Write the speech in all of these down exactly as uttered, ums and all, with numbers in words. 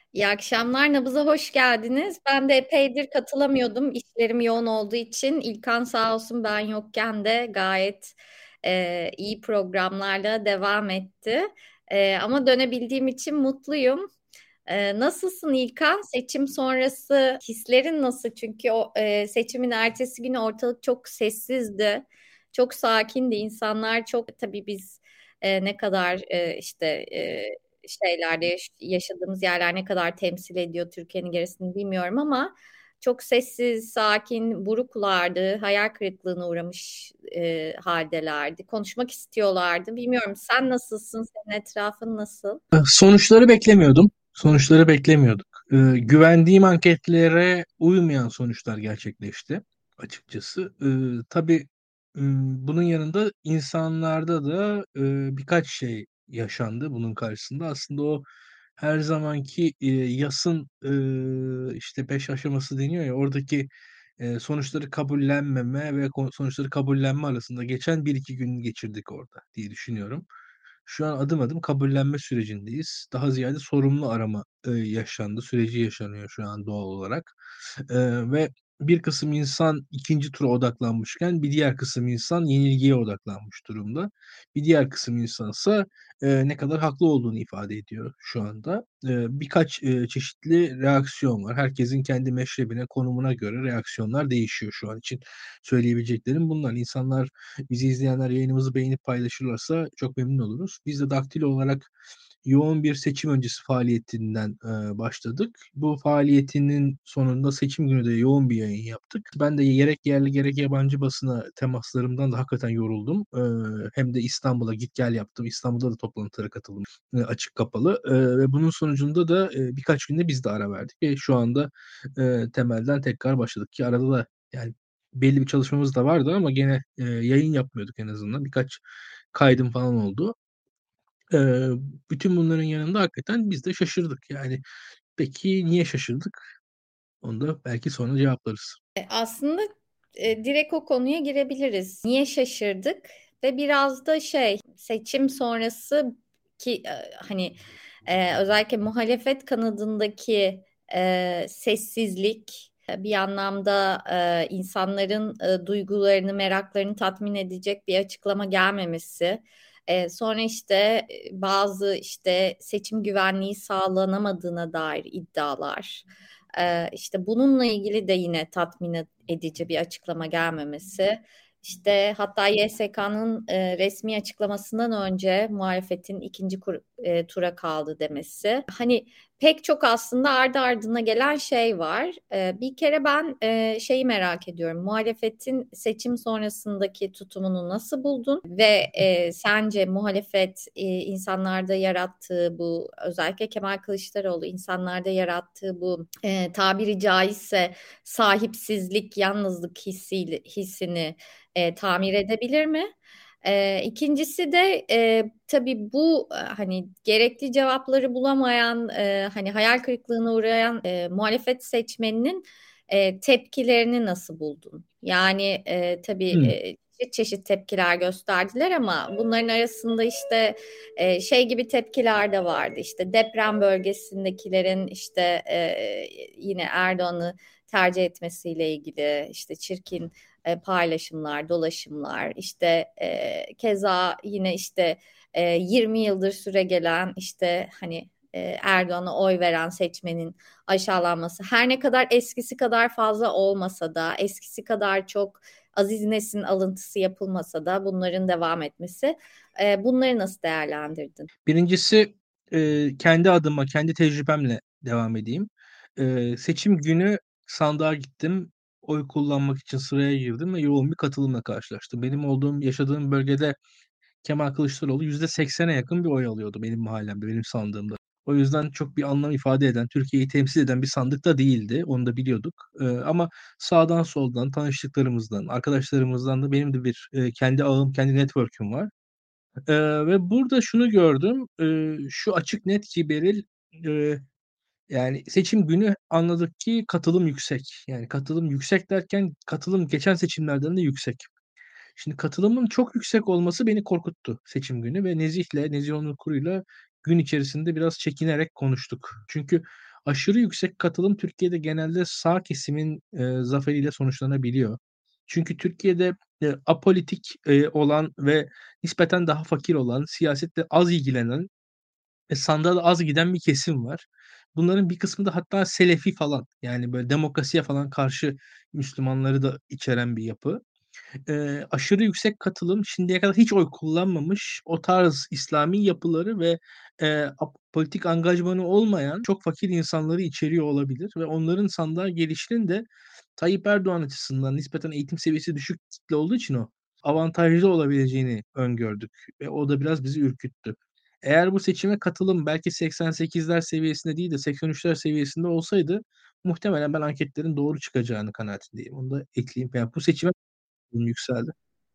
İyi akşamlar. Nabız'a hoş geldiniz. Ben de epeydir katılamıyordum. İşlerim yoğun olduğu için. İlkan sağ olsun ben yokken de gayet e, iyi programlarla devam etti. E, ama dönebildiğim için mutluyum. E, nasılsın İlkan? Seçim sonrası hislerin nasıl? Çünkü o e, seçimin ertesi günü ortalık çok sessizdi. Çok sakindi. İnsanlar çok tabii biz e, ne kadar e, işte e, şeylerde yaş- yaşadığımız yerler ne kadar temsil ediyor Türkiye'nin gerisini bilmiyorum ama çok sessiz, sakin, buruklardı, hayal kırıklığına uğramış e, haldelerdi. Konuşmak istiyorlardı. Bilmiyorum sen nasılsın, senin etrafın nasıl? Sonuçları beklemiyordum. Sonuçları beklemiyorduk. Ee, güvendiğim anketlere uymayan sonuçlar gerçekleşti açıkçası. Ee, tabii m, bunun yanında insanlarda da e, birkaç şey yaşandı bunun karşısında. Aslında o her zamanki e, yasın e, işte beş aşaması deniyor ya oradaki e, sonuçları kabullenmeme ve ko- sonuçları kabullenme arasında geçen bir iki gün geçirdik orada diye düşünüyorum. Şu an adım adım kabullenme sürecindeyiz. Daha ziyade sorumlu arama e, yaşandı. Süreci yaşanıyor şu an doğal olarak. E, ve bir kısım insan ikinci tura odaklanmışken bir diğer kısım insan yenilgiye odaklanmış durumda. Bir diğer kısım insansa e, ne kadar haklı olduğunu ifade ediyor şu anda. E, birkaç e, çeşitli reaksiyon var. Herkesin kendi meşrebine, konumuna göre reaksiyonlar değişiyor şu an için. Söyleyebileceklerim bunlar. İnsanlar bizi izleyenler yayınımızı beğenip paylaşırlarsa çok memnun oluruz. Biz de Daktilo olarak yoğun bir seçim öncesi faaliyetinden e, başladık. Bu faaliyetinin sonunda seçim günü de yoğun bir yayın yaptık. Ben de gerek yerli gerek yabancı basına temaslarımdan da hakikaten yoruldum. E, hem de İstanbul'a git gel yaptım. İstanbul'da da toplantılara katıldım. E, açık kapalı. E, ve bunun sonucunda da e, birkaç günde biz de ara verdik. Ve şu anda e, temelden tekrar başladık ki arada da yani belli bir çalışmamız da vardı ama gene e, yayın yapmıyorduk en azından. Birkaç kaydım falan oldu. E, bütün bunların yanında hakikaten biz de şaşırdık. Yani peki niye şaşırdık? Onu da belki sonra cevaplarız. E, aslında e, direkt o konuya girebiliriz. Niye şaşırdık? Ve biraz da şey seçim sonrası ki e, hani e, özellikle muhalefet kanadındaki e, sessizlik e, bir anlamda e, insanların e, duygularını, meraklarını tatmin edecek bir açıklama gelmemesi. E, sonra işte e, bazı işte seçim güvenliği sağlanamadığına dair iddialar. Ee, işte bununla ilgili de yine tatmin edici bir açıklama gelmemesi. İşte hatta Y S K'nın e, resmi açıklamasından önce muhalefetin ikinci kur- e, tura kaldı demesi. Hani pek çok aslında ardı ardına gelen şey var. E, bir kere ben e, şeyi merak ediyorum. Muhalefetin seçim sonrasındaki tutumunu nasıl buldun? Ve e, sence muhalefet e, insanlarda yarattığı bu özellikle Kemal Kılıçdaroğlu insanlarda yarattığı bu e, tabiri caizse sahipsizlik, yalnızlık hissi, hissini e, tamir edebilir mi? E, ikincisi de e, tabii bu e, hani gerekli cevapları bulamayan e, hani hayal kırıklığına uğrayan e, muhalefet seçmeninin e, tepkilerini nasıl buldun? Yani e, tabii Hmm. e, çeşit çeşit tepkiler gösterdiler ama bunların arasında işte e, şey gibi tepkiler de vardı. İşte deprem bölgesindekilerin işte e, yine Erdoğan'ı tercih etmesiyle ilgili işte çirkin e, paylaşımlar, dolaşımlar, işte e, keza yine işte e, yirmi yıldır süre gelen işte hani e, Erdoğan'a oy veren seçmenin aşağılanması her ne kadar eskisi kadar fazla olmasa da eskisi kadar çok Aziz Nesin alıntısı yapılmasa da bunların devam etmesi. E, bunları nasıl değerlendirdin? Birincisi e, kendi adıma, kendi tecrübemle devam edeyim. E, seçim günü sandığa gittim. Oy kullanmak için sıraya girdim ve yoğun bir katılımla karşılaştım. Benim olduğum, yaşadığım bölgede Kemal Kılıçdaroğlu yüzde seksene yakın bir oy alıyordu benim mahallemde, benim sandığımda. O yüzden çok bir anlam ifade eden, Türkiye'yi temsil eden bir sandık da değildi. Onu da biliyorduk. Ee, ama sağdan soldan, tanıştıklarımızdan, arkadaşlarımızdan da benim de bir e, kendi ağım, kendi network'üm var. Ee, ve burada şunu gördüm. Ee, şu açık net ki Beril, e, yani seçim günü anladık ki katılım yüksek. Yani katılım yüksek derken katılım geçen seçimlerden de yüksek. Şimdi katılımın çok yüksek olması beni korkuttu seçim günü ve Nezih'le, Nezih Onur Kuru'yla gün içerisinde biraz çekinerek konuştuk. Çünkü aşırı yüksek katılım Türkiye'de genelde sağ kesimin e, zaferiyle sonuçlanabiliyor. Çünkü Türkiye'de e, apolitik e, olan ve nispeten daha fakir olan, siyasetle az ilgilenen ve sandığa da az giden bir kesim var. Bunların bir kısmı da hatta Selefi falan, yani böyle demokrasiye falan karşı Müslümanları da içeren bir yapı. Eee, aşırı yüksek katılım şimdiye kadar hiç oy kullanmamış o tarz İslami yapıları ve eee, ap politik angajmanı olmayan çok fakir insanları içeriyor olabilir ve onların sandığa gelişinin de Tayyip Erdoğan açısından nispeten eğitim seviyesi düşük kitle olduğu için o avantajlı olabileceğini öngördük ve o da biraz bizi ürküttü. Eğer bu seçime katılım belki seksen sekizler seviyesinde değil de seksen üçler seviyesinde olsaydı muhtemelen ben anketlerin doğru çıkacağını kanaatindeyim. Onu da ekleyeyim. Yani bu seçime yükseldi.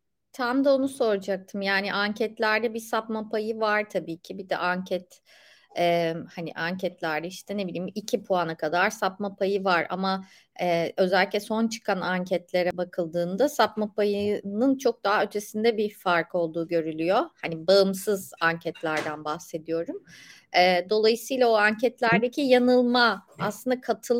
Tam da onu soracaktım. Yani anketlerde bir sapma payı var tabii ki. Bir de anket e, hani anketlerde işte ne bileyim iki puana kadar sapma payı var. Ama e, özellikle son çıkan anketlere bakıldığında sapma payının çok daha ötesinde bir fark olduğu görülüyor. Hani bağımsız anketlerden bahsediyorum. E, dolayısıyla o anketlerdeki yanılma aslında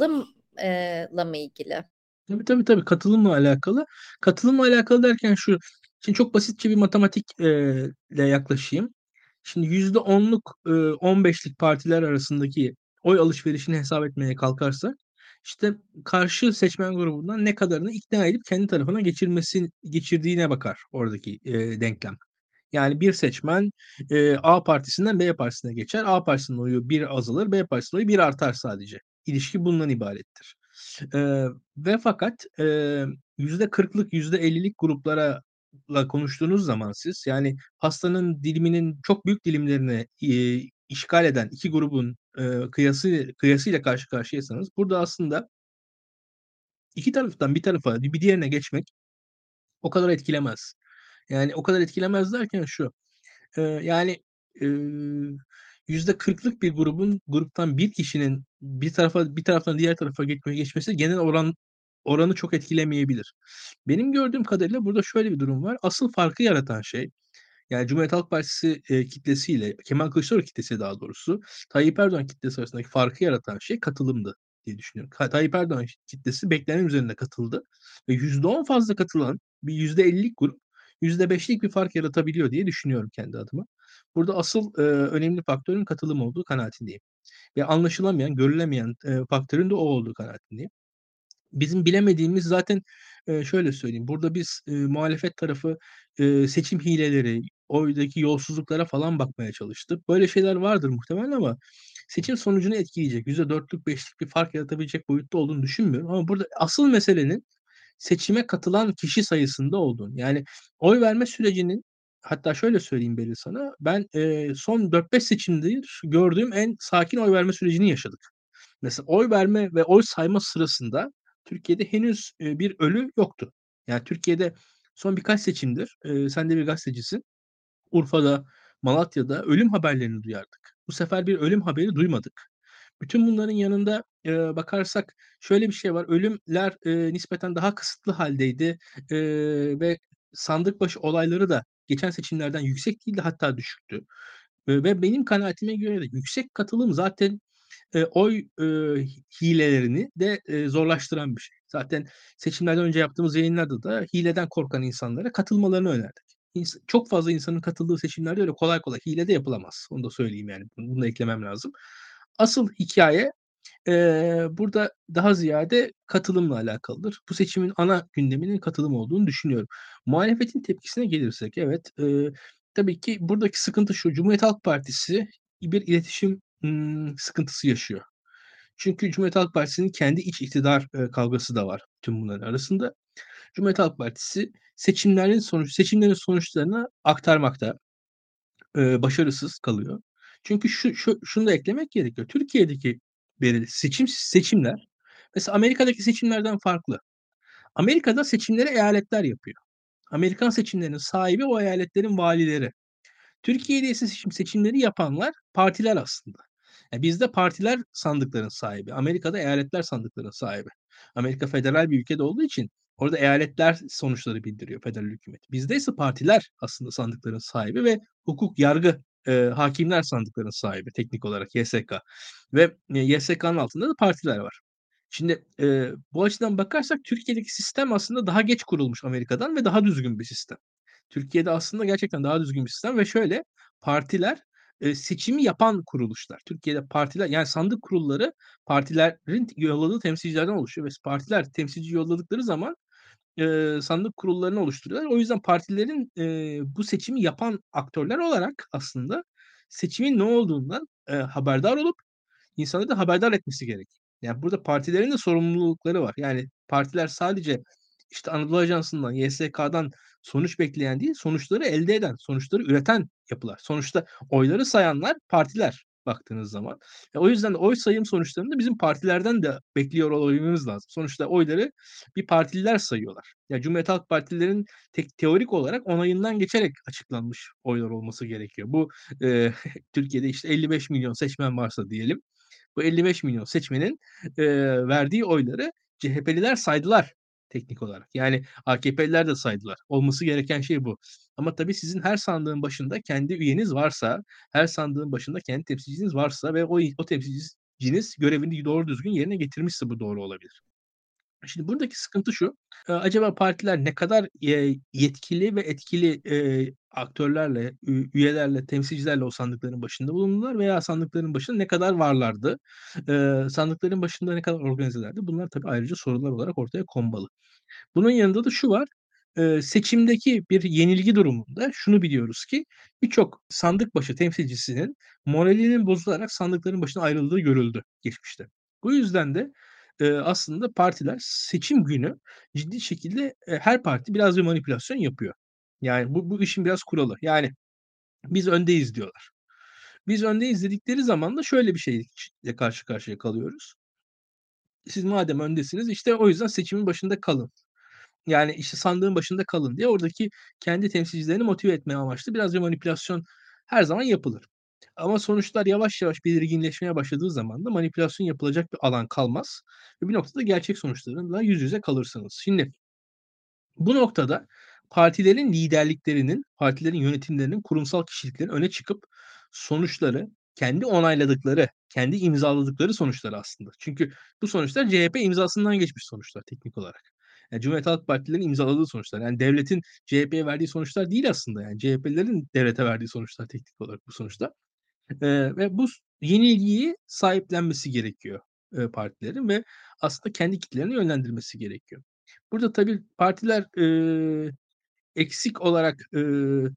katılımla mı ilgili? Tabii, tabii, tabii. Katılımla alakalı. Katılımla alakalı derken şu, şimdi çok basitçe bir matematik eee, ile yaklaşayım. Şimdi yüzde onluk, eee, on beşlik partiler arasındaki oy alışverişini hesap etmeye kalkarsak, işte karşı seçmen grubundan ne kadarını ikna edip kendi tarafına geçirmesi geçirdiğine bakar oradaki eee, denklem. Yani bir seçmen eee, A partisinden B partisine geçer. A partisinin oyu bir azalır, B partisinin oyu bir artar sadece. İlişki bundan ibarettir. Eee, ve fakat eee, yüzde kırklık, yüzde ellilik gruplara la konuştuğunuz zaman siz, yani pastanın diliminin çok büyük dilimlerini, eee, işgal eden iki grubun, eee, kıyası kıyasıyla karşı karşıyasanız burada aslında iki taraftan bir tarafa, bir diğerine geçmek o kadar etkilemez. Yani o kadar etkilemez derken şu, Eee, yani, eee, yüzde kırklık bir grubun gruptan bir kişinin bir tarafa bir taraftan diğer tarafa geçme geçmesi genel oran oranı çok etkilemeyebilir. Benim gördüğüm kadarıyla burada şöyle bir durum var. Asıl farkı yaratan şey, yani Cumhuriyet Halk Partisi, eee, kitlesiyle Kemal Kılıçdaroğlu kitlesi daha doğrusu, Tayyip Erdoğan kitlesi arasındaki farkı yaratan şey katılımdı diye düşünüyorum. Ka Tayyip Erdoğan kitlesi beklenenin üzerinde katıldı ve yüzde on fazla katılan bir yüzde ellilik grup yüzde beşlik bir fark yaratabiliyor diye düşünüyorum kendi adıma. Burada asıl, eee, önemli faktörün katılım olduğu kanaatindeyim ve anlaşılamayan, görülemeyen, eee, faktörün de o olduğu kanaatindeyim. Bizim bilemediğimiz zaten, eee, şöyle söyleyeyim, burada biz, eee, muhalefet tarafı, eee, seçim hileleri, oydaki yolsuzluklara falan bakmaya çalıştık. Böyle şeyler vardır muhtemelen ama seçim sonucunu etkileyecek, yüzde dörtlük beşlik bir fark yaratabilecek boyutta olduğunu düşünmüyorum ama burada asıl meselenin seçime katılan kişi sayısında olduğunu. Yani oy verme sürecinin, hatta şöyle söyleyeyim Beril sana, ben, eee, son dört beş seçimdir gördüğüm en sakin oy verme sürecini yaşadık. Mesela oy verme ve oy sayma sırasında Türkiye'de henüz, eee, bir ölü yoktu. Yani Türkiye'de son birkaç seçimdir, eee, sen de bir gazetecisin. Urfa'da, Malatya'da ölüm haberlerini duyardık. Bu sefer bir ölüm haberi duymadık. Bütün bunların yanında, eee, bakarsak şöyle bir şey var, ölümler, eee, nispeten daha kısıtlı hâldeydi, eee, ve sandık başı olayları da geçen seçimlerden yüksek değildi, hatta düşüktü. Eee, ve benim kanaatime göre de yüksek katılım zaten Eee, oy, eee, hilelerini de, eee, zorlaştıran bir şey. Zaten seçimlerden önce yaptığımız yayınlarda da hileden korkan insanlara katılmalarını önerdik. İns çok fazla insanın katıldığı seçimlerde öyle kolay kolay hile de yapılamaz. Onu da söyleyeyim yani. Bunu bunu da eklemem lazım. Asıl hikâye, eee, burada daha ziyade katılımla alakalıdır. Bu seçimin ana gündeminin katılım olduğunu düşünüyorum. Muhalefetin tepkisine gelirsek, evet, eee, tabii ki buradaki sıkıntı şu: Cumhuriyet Halk Partisi bir iletişim, ımm, sıkıntısı yaşıyor. Çünkü Cumhuriyet Halk Partisi'nin kendi iç iktidar, eee, kavgası da var tüm bunların arasında. Cumhuriyet Halk Partisi seçimlerin sonuç seçimlerin sonuçlarını aktarmakta, eee, başarısız kalıyor. Çünkü şu şu şunu da eklemek gerekiyor. Türkiye'deki belirli seçim seçimler mesela Amerika'daki seçimlerden farklı. Amerika'da seçimleri eyaletler yapıyor. Amerikan seçimlerinin sahibi o eyaletlerin valileri. Türkiye'de ise seçim seçimleri yapanlar partiler aslında. Ya, bizde partiler sandıkların sahibi. Amerika'da eyaletler sandıkların sahibi. Amerika federal bir ülkede olduğu için orada eyaletler sonuçları bildiriyor federal hükümet. Bizde ise partiler aslında sandıkların sahibi ve hukuk, yargı e, hakimler sandıkların sahibi teknik olarak Y S K ve e, Y S K'nın altında da partiler var. Şimdi e, bu açıdan bakarsak Türkiye'deki sistem aslında daha geç kurulmuş Amerika'dan ve daha düzgün bir sistem. Türkiye'de aslında gerçekten daha düzgün bir sistem ve şöyle partiler e, seçimi yapan kuruluşlar. Türkiye'de partiler yani sandık kurulları partilerin yolladığı temsilcilerden oluşuyor ve partiler temsilci yolladıkları zaman e, sandık kurullarını oluşturuyorlar. O yüzden partilerin e, bu seçimi yapan aktörler olarak aslında seçimin ne olduğundan e, haberdar olup insanları da haberdar etmesi gerek. Yani burada partilerin de sorumlulukları var. Yani partiler sadece işte Anadolu Ajansı'ndan, Y S K'dan sonuç bekleyen değil, sonuçları elde eden, sonuçları üreten yapılar. Sonuçta oyları sayanlar partiler baktığınız zaman. E, o yüzden de oy sayım sonuçlarını da bizim partilerden de bekliyor olmamız lazım. Sonuçta oyları bir partililer sayıyorlar. Yani Cumhuriyet Halk Partililerin tek teorik olarak onayından geçerek açıklanmış oylar olması gerekiyor. Bu e, Türkiye'de işte elli beş milyon seçmen varsa diyelim. Bu elli beş milyon seçmenin e, verdiği oyları C H P'liler saydılar teknik olarak. Yani A K P'liler de saydılar. Olması gereken şey bu. Ama tabii sizin her sandığın başında kendi üyeniz varsa, her sandığın başında kendi temsilciniz varsa ve o, o temsilciniz görevini doğru düzgün yerine getirmişse bu doğru olabilir. Şimdi buradaki sıkıntı şu, e, acaba partiler ne kadar e, yetkili ve etkili e, aktörlerle, ü- üyelerle, temsilcilerle o sandıkların başında bulundular veya sandıkların başında ne kadar varlardı? E, sandıkların başında ne kadar organizelerdi? Bunlar tabii ayrıca sorular olarak ortaya konmalı. Bunun yanında da şu var, e, seçimdeki bir yenilgi durumunda şunu biliyoruz ki birçok sandık başı temsilcisinin moralinin bozularak sandıkların başına ayrıldığı görüldü geçmişte. Bu yüzden de e, aslında partiler seçim günü ciddi şekilde e, her parti biraz bir manipülasyon yapıyor. Yani bu, bu işin biraz kuralı. Yani biz öndeyiz diyorlar. Biz öndeyiz dedikleri zaman da şöyle bir şeyle karşı karşıya kalıyoruz. Siz madem öndesiniz işte o yüzden seçimin başında kalın. Yani, işte, sandığın başında kalın diye oradaki kendi temsilcilerini motive etmeye amaçlı biraz bir manipülasyon her zaman yapılır. Ama sonuçlar yavaş yavaş belirginleşmeye başladığı zaman da manipülasyon yapılacak bir alan kalmaz ve bir noktada gerçek sonuçlarla yüz yüze kalırsınız. Şimdi bu noktada partilerin liderliklerinin, partilerin yönetimlerinin, kurumsal kişiliklerin öne çıkıp sonuçları kendi onayladıkları, kendi imzaladıkları sonuçlar aslında. Çünkü bu sonuçlar C H P imzasından geçmiş sonuçlar teknik olarak. Yani Cumhuriyet Halk Partililerin imzaladığı sonuçlar. Yani devletin C H P'ye verdiği sonuçlar değil aslında. Yani C H P'lilerin devlete verdiği sonuçlar teknik olarak bu sonuçlar. Eee, ve bu s yenilgiyi sahiplenmesi gerekiyor, eee, partilerin ve aslında kendi kitlelerini yönlendirmesi gerekiyor. Burada tabii partiler, eee, eksik olarak, eee,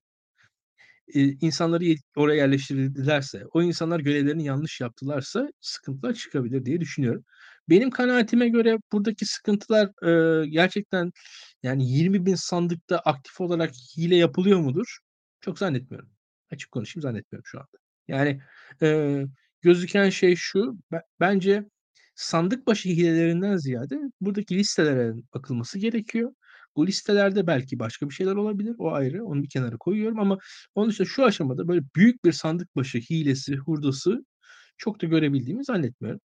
eee, insanları ye oraya yerleştirdilerse, o insanlar görevlerini yanlış yaptılarsa sıkıntılar çıkabilir diye düşünüyorum. Benim kanaatime göre buradaki sıkıntılar, eee, gerçekten yani yirmi bin sandıkta aktif olarak hile yapılıyor mudur? Çok zannetmiyorum. Açık konuşayım, zannetmiyorum şu anda. Yani, eee, gözüken şey şu, be bence sandık başı hilelerinden ziyade buradaki listelere bakılması gerekiyor. Bu listelerde belki başka bir şeyler olabilir, o ayrı, onu bir kenara koyuyorum ama onun dışında şu aşamada böyle büyük bir sandık başı hilesi, hurdası çok da görebildiğimi zannetmiyorum.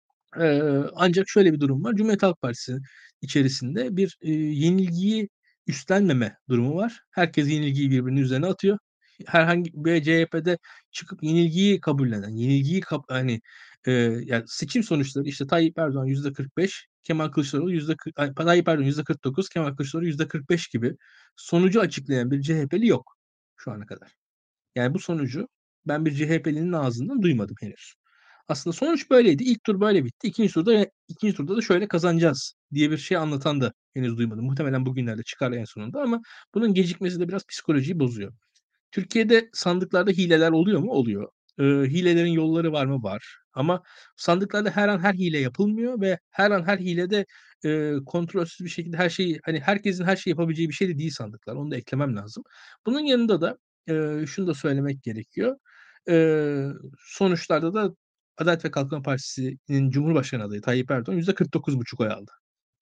Eee, ancak şöyle bir durum var. Cumhuriyet Halk Partisi içerisinde bir, eee, yenilgiyi üstlenmeme durumu var. Herkes yenilgiyi birbirinin üzerine atıyor. Herhangi ve C H P'de çıkıp yenilgiyi kabullenen, yenilgiyi kab hani, eee, ya, seçim sonuçları, işte, Tayyip Erdoğan yüzde kırk beş, Kemal Kılıçdaroğlu yüzde kırk ay, Tayyip Erdoğan yüzde kırk dokuz, Kemal Kılıçdaroğlu yüzde kırk beş gibi sonucu açıklayan bir C H P'li yok şu ana kadar. Yani bu sonucu ben bir C H P'linin ağzından duymadım henüz. Aslında sonuç böyleydi. İlk tur böyle bitti. İkinci turda ikinci turda da şöyle kazanacağız diye bir şey anlatan da henüz duymadım. Muhtemelen bugünlerde çıkar en sonunda ama bunun gecikmesi de biraz psikolojiyi bozuyor. Türkiye'de sandıklarda hileler oluyor mu? Oluyor. Eee, hilelerin yolları var mı? Var. Ama sandıklarda her an her hile yapılmıyor ve her an her hilede eee, kontrolsüz bir şekilde her şeyi, hani, herkesin her şeyi yapabileceği bir şey de değil sandıklar. Onu da eklemem lazım. Bunun yanında da, eee, şunu da söylemek gerekiyor. Eee, sonuçlarda da Adalet ve Kalkınma Partisi'nin Cumhurbaşkanı adayı Tayyip Erdoğan yüzde kırk dokuz buçuk oy aldı.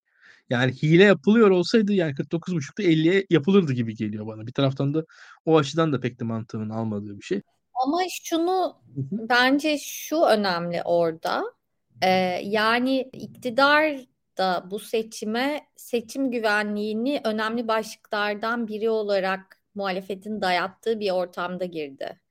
Yani hile yapılıyor olsaydı yani kırk dokuz buçukta elliye yapılırdı gibi geliyor bana. Bir taraftan da o açıdan da pek de mantığımın almadığı bir şey. Ama şunu Hı hı. bence şu önemli orada. Ee, yani iktidar da bu seçime seçim güvenliğini önemli başlıklardan biri olarak muhalefetin dayattığı bir ortamda girdi.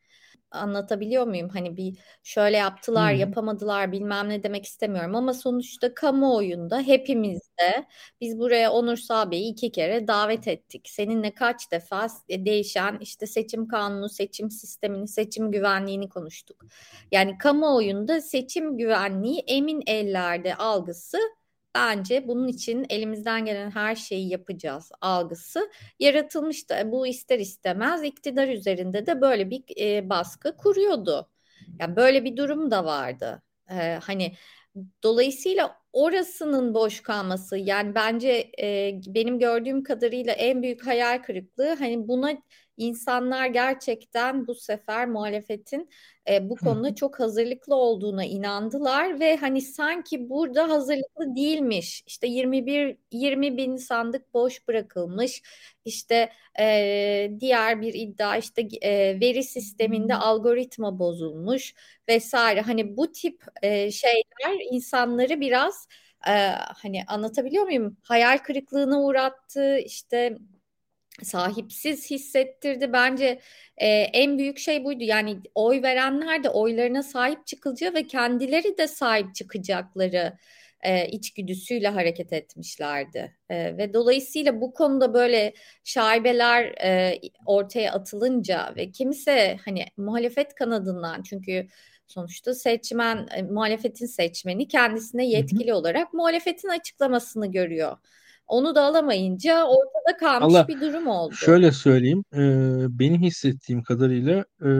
Anlatabiliyor muyum? Hani bir şöyle Hı yaptılar, hı. yapamadılar bilmem ne demek istemiyorum ama sonuçta kamuoyunda hepimiz de biz buraya Onur Sabi'yi iki kere davet ettik. Seninle kaç defa değişen işte seçim kanunu, seçim sistemini, seçim güvenliğini konuştuk. Yani kamuoyunda seçim güvenliği emin ellerde algısı, bence bunun için elimizden gelen her şeyi yapacağız algısı yaratılmıştı. Bu ister istemez iktidar üzerinde de böyle bir e, baskı kuruyordu. Yani böyle bir durum da vardı. Ee, hani dolayısıyla orasının boş kalması, yani bence e, benim gördüğüm kadarıyla en büyük hayal kırıklığı, hani buna insanlar gerçekten bu sefer muhalefetin e, bu Hı hı. konuda çok hazırlıklı olduğuna inandılar ve hani sanki burada hazırlıklı değilmiş. İşte yirmi bir yirmi bin sandık boş bırakılmış. İşte e, diğer bir iddia işte e, veri sisteminde algoritma bozulmuş vesaire. Hani bu tip e, şeyler insanları biraz e, hani anlatabiliyor muyum? Hayal kırıklığına uğrattı, işte sahipsiz hissettirdi. Bence e, en büyük şey buydu. Yani oy verenler de oylarına sahip çıkılacağı ve kendileri de sahip çıkacakları e, içgüdüsüyle hareket etmişlerdi. E, ve dolayısıyla bu konuda böyle şaibeler e, ortaya atılınca ve kimse hani muhalefet kanadından, çünkü sonuçta seçmen, e, muhalefetin seçmeni kendisine Hı hı. yetkili olarak muhalefetin açıklamasını görüyor. Onu da alamayınca ortada kalmış Allah bir durum oldu. şöyle söyleyeyim. E, benim hissettiğim kadarıyla e,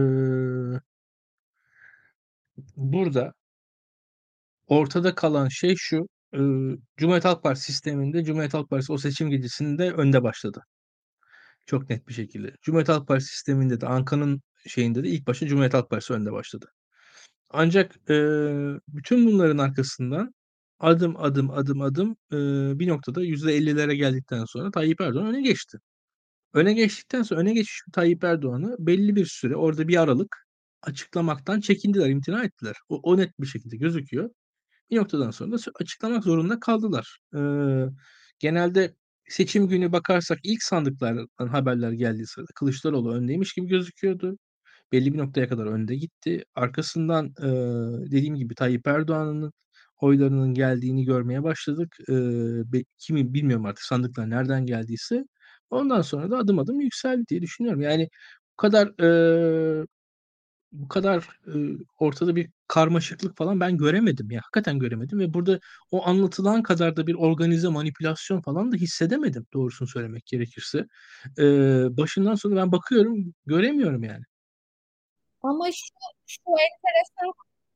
burada ortada kalan şey şu. e, Cumhuriyet Halk Partisi sisteminde Cumhuriyet Halk Partisi o seçim gecesinde önde başladı. Çok net bir şekilde. Cumhuriyet Halk Partisi sisteminde de Anka'nın şeyinde de ilk başta Cumhuriyet Halk Partisi önde başladı. Ancak e, bütün bunların arkasından adım adım adım adım e, bir noktada yüzde ellilere geldikten sonra Tayyip Erdoğan öne geçti. Öne geçtikten sonra öne geçmiş Tayyip Erdoğan'ı belli bir süre orada bir aralık açıklamaktan çekindiler, imtina ettiler. O, o net bir şekilde gözüküyor. Bir noktadan sonra da açıklamak zorunda kaldılar. Ee, genelde seçim günü bakarsak ilk sandıklardan haberler geldiği sırada Kılıçdaroğlu öndeymiş gibi gözüküyordu. Belli bir noktaya kadar önde gitti. Arkasından e, dediğim gibi Tayyip Erdoğan'ın oylarının geldiğini görmeye başladık. E, be- kimi bilmiyorum artık sandıklar nereden geldiyse. Ondan sonra da adım adım yükseldi diye düşünüyorum. Yani bu kadar e, bu kadar e, ortada bir karmaşıklık falan ben göremedim ya. Hakikaten göremedim ve burada o anlatılan kadar da bir organize manipülasyon falan da hissedemedim doğrusunu söylemek gerekirse. E, başından sona ben bakıyorum göremiyorum yani. Ama şu, şu enteresan,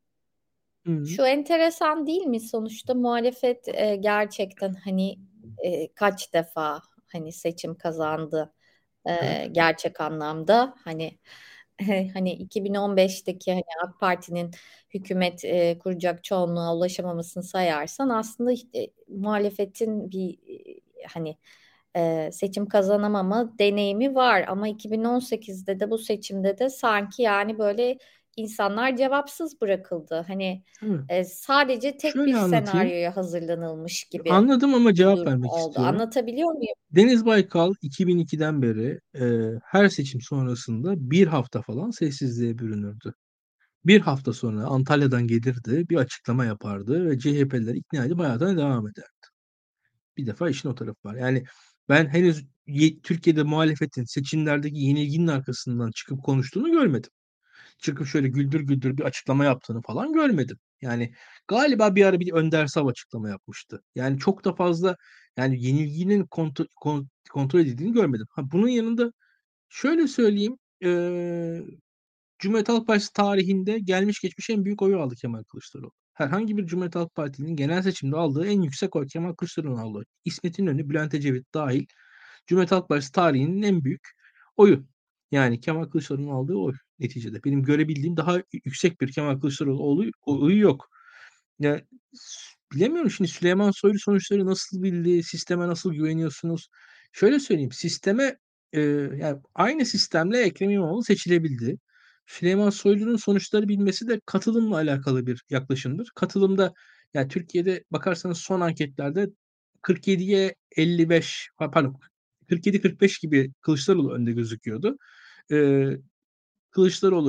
Hı, şu enteresan değil mi? Sonuçta muhalefet e, gerçekten hani e, kaç defa hani seçim kazandı evet. e, gerçek anlamda, hani hani iki bin on beşteki hani AK Parti'nin hükümet e, kuracak çoğunluğa ulaşamamasını sayarsan aslında e, muhalefetin bir e, hani e, seçim kazanamama deneyimi var ama iki bin on sekizde de bu seçimde de sanki yani böyle insanlar cevapsız bırakıldı. Hani Evet. e, sadece tek bir Şöyle anlatayım. senaryoya hazırlanılmış gibi Anladım ama bir cevap durum vermek oldu. istiyorum. Anlatabiliyor muyum? Deniz Baykal iki bin ikiden beri e, her seçim sonrasında bir hafta falan sessizliğe bürünürdü. Bir hafta sonra Antalya'dan gelirdi, bir açıklama yapardı ve C H P'liler ikna edip hayatına devam eder. Bir defa işin o tarafı var. Yani ben henüz ye- Türkiye'de muhalefetin seçimlerdeki yenilginin arkasından çıkıp konuştuğunu görmedim. Çıkıp şöyle güldür güldür bir açıklama yaptığını falan görmedim. Yani galiba bir ara bir Önder Sav açıklama yapmıştı. Yani çok da fazla yani yenilginin kontrol, kon- kontrol edildiğini görmedim. Ha, bunun yanında şöyle söyleyeyim. eee, Cumhuriyet Halk Partisi tarihinde gelmiş geçmiş en büyük oyu aldı Kemal Kılıçdaroğlu. Herhangi bir Cumhuriyet Halk Partisi'nin genel seçimde aldığı en yüksek oy Kemal Kılıçdaroğlu'nun aldığı. İsmet İnönü, Bülent Ecevit dahil Cumhuriyet Halk Partisi tarihinin en büyük oyu. Yani Kemal Kılıçdaroğlu'nun aldığı oy neticede. Benim görebildiğim daha yüksek bir Kemal Kılıçdaroğlu oyu, oyu yok. Ya, s- bilemiyorum şimdi Süleyman Soylu sonuçları nasıl bildi, sisteme nasıl güveniyorsunuz? Şöyle söyleyeyim, sisteme e, yani aynı sistemle Ekrem İmamoğlu seçilebildi. Süleyman Soylu'nun sonuçları bilmesi de katılımla alakalı bir yaklaşımdır. Katılımda yani Türkiye'de bakarsanız son anketlerde kırk yediye elli beş pa- pardon kırk yedi kırk beş gibi Kılıçdaroğlu önde gözüküyordu. Ee, Kılıçdaroğlu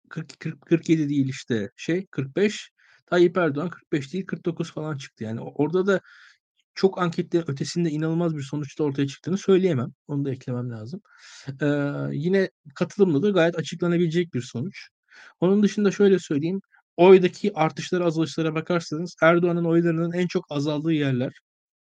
kırk kırk kırk yedi değil işte şey kırk beş. Tayyip Erdoğan kırk beş değil kırk dokuz falan çıktı. Yani orada da çok anketlerin ötesinde inanılmaz bir sonuçta ortaya çıktığını söyleyemem. Onu da eklemem lazım. Eee, yine katılımla da gayet açıklanabilecek bir sonuç. Onun dışında şöyle söyleyeyim, oydaki artışlara, azalışlara bakarsanız Erdoğan'ın oylarının en çok azaldığı yerler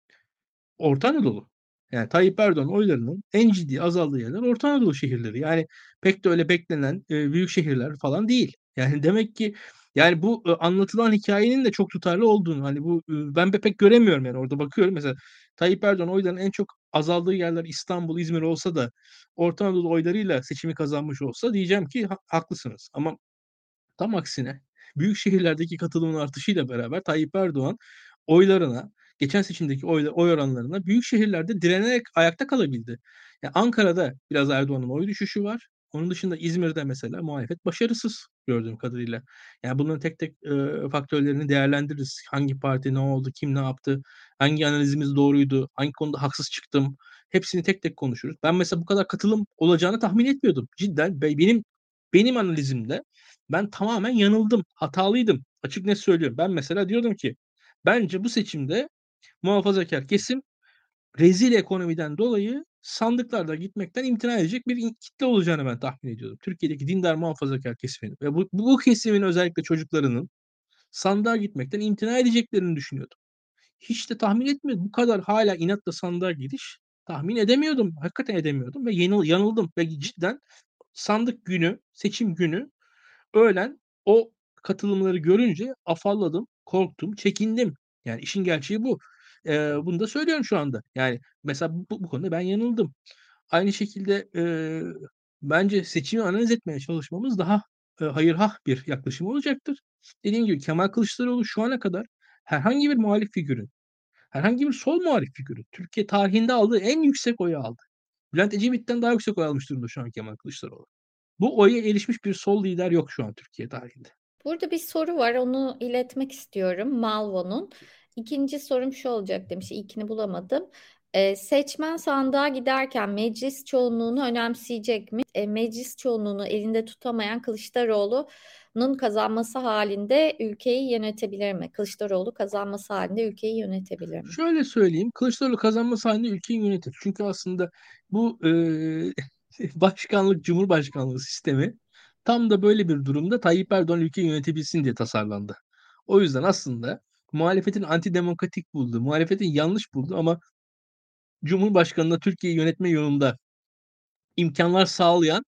Orta Anadolu. Yani Tayyip Erdoğan oylarının en ciddi azaldığı yerler Orta Anadolu şehirleri. Yani pek de öyle beklenen e, büyük şehirler falan değil. Yani demek ki yani bu e, anlatılan hikayenin de çok tutarlı olduğunu hani bu e, ben de pek göremiyorum yani orada bakıyorum mesela Tayyip Erdoğan oylarının en çok azaldığı yerler İstanbul, İzmir olsa da Orta Anadolu oylarıyla seçimi kazanmış olsa diyeceğim ki ha- haklısınız. Ama tam aksine büyük şehirlerdeki katılımın artışıyla beraber Tayyip Erdoğan oylarına, geçen seçimdeki oy, oy oranlarına büyük şehirlerde direnerek ayakta kalabildi. Ya Ankara'da biraz Erdoğan'ın oy düşüşü var. Onun dışında İzmir'de mesela muhalefet başarısız gördüğüm kadarıyla. Yani bunların tek tek e, faktörlerini değerlendiririz. Hangi parti ne oldu, kim ne yaptı, hangi analizimiz doğruydu, hangi konuda haksız çıktım. Hepsini tek tek konuşuruz. Ben mesela bu kadar katılım olacağını tahmin etmiyordum. Cidden be- benim benim analizimde ben tamamen yanıldım, hatalıydım. Açık net söylüyorum. Ben mesela diyordum ki bence bu seçimde muhafazakar kesim rezil ekonomiden dolayı sandıklarda gitmekten imtina edecek bir in- kitle olacağını ben tahmin ediyordum. Türkiye'deki dindar muhafazakar kesimin ve bu, bu kesimin özellikle çocuklarının sandığa gitmekten imtina edeceklerini düşünüyordum. Hiç de tahmin etmiyordum. Bu kadar hala inatla sandığa gidiş tahmin edemiyordum. Hakikaten edemiyordum ve yanıl, yanıldım. Ve cidden sandık günü, seçim günü öğlen o katılımları görünce afalladım, korktum, çekindim. Yani işin gerçeği bu. Eee, bunu da söylüyorum şu anda. Yani mesela bu, bu konuda ben yanıldım. Aynı şekilde eee, bence seçimi analiz etmeye çalışmamız daha eee, hayırhah bir yaklaşım olacaktır. Dediğim gibi Kemal Kılıçdaroğlu şu ana kadar herhangi bir muhalif figürün, herhangi bir sol muhalif figürün Türkiye tarihinde aldığı en yüksek oyu aldı. Bülent Ecevit'ten daha yüksek oy almış durumda şu an Kemal Kılıçdaroğlu. Bu oya erişmiş bir sol lider yok şu an Türkiye tarihinde. Burada bir soru var, onu iletmek istiyorum Malvo'nun. İkinci sorum şu olacak demiş, İlkini bulamadım. Ee, seçmen sandığa giderken meclis çoğunluğunu önemseyecek mi? Ee, meclis çoğunluğunu elinde tutamayan Kılıçdaroğlu'nun kazanması halinde ülkeyi yönetebilir mi? Kılıçdaroğlu kazanması halinde ülkeyi yönetebilir mi? Şöyle söyleyeyim, Kılıçdaroğlu kazanması halinde ülkeyi yönetir. Çünkü aslında bu eee, başkanlık, cumhurbaşkanlığı sistemi tam da böyle bir durumda Tayyip Erdoğan ülkeyi yönetebilsin diye tasarlandı. O yüzden aslında muhalefetin antidemokratik bulduğu, muhalefetin yanlış bulduğu ama Cumhurbaşkanı'na Türkiye'yi yönetme yolunda imkanlar sağlayan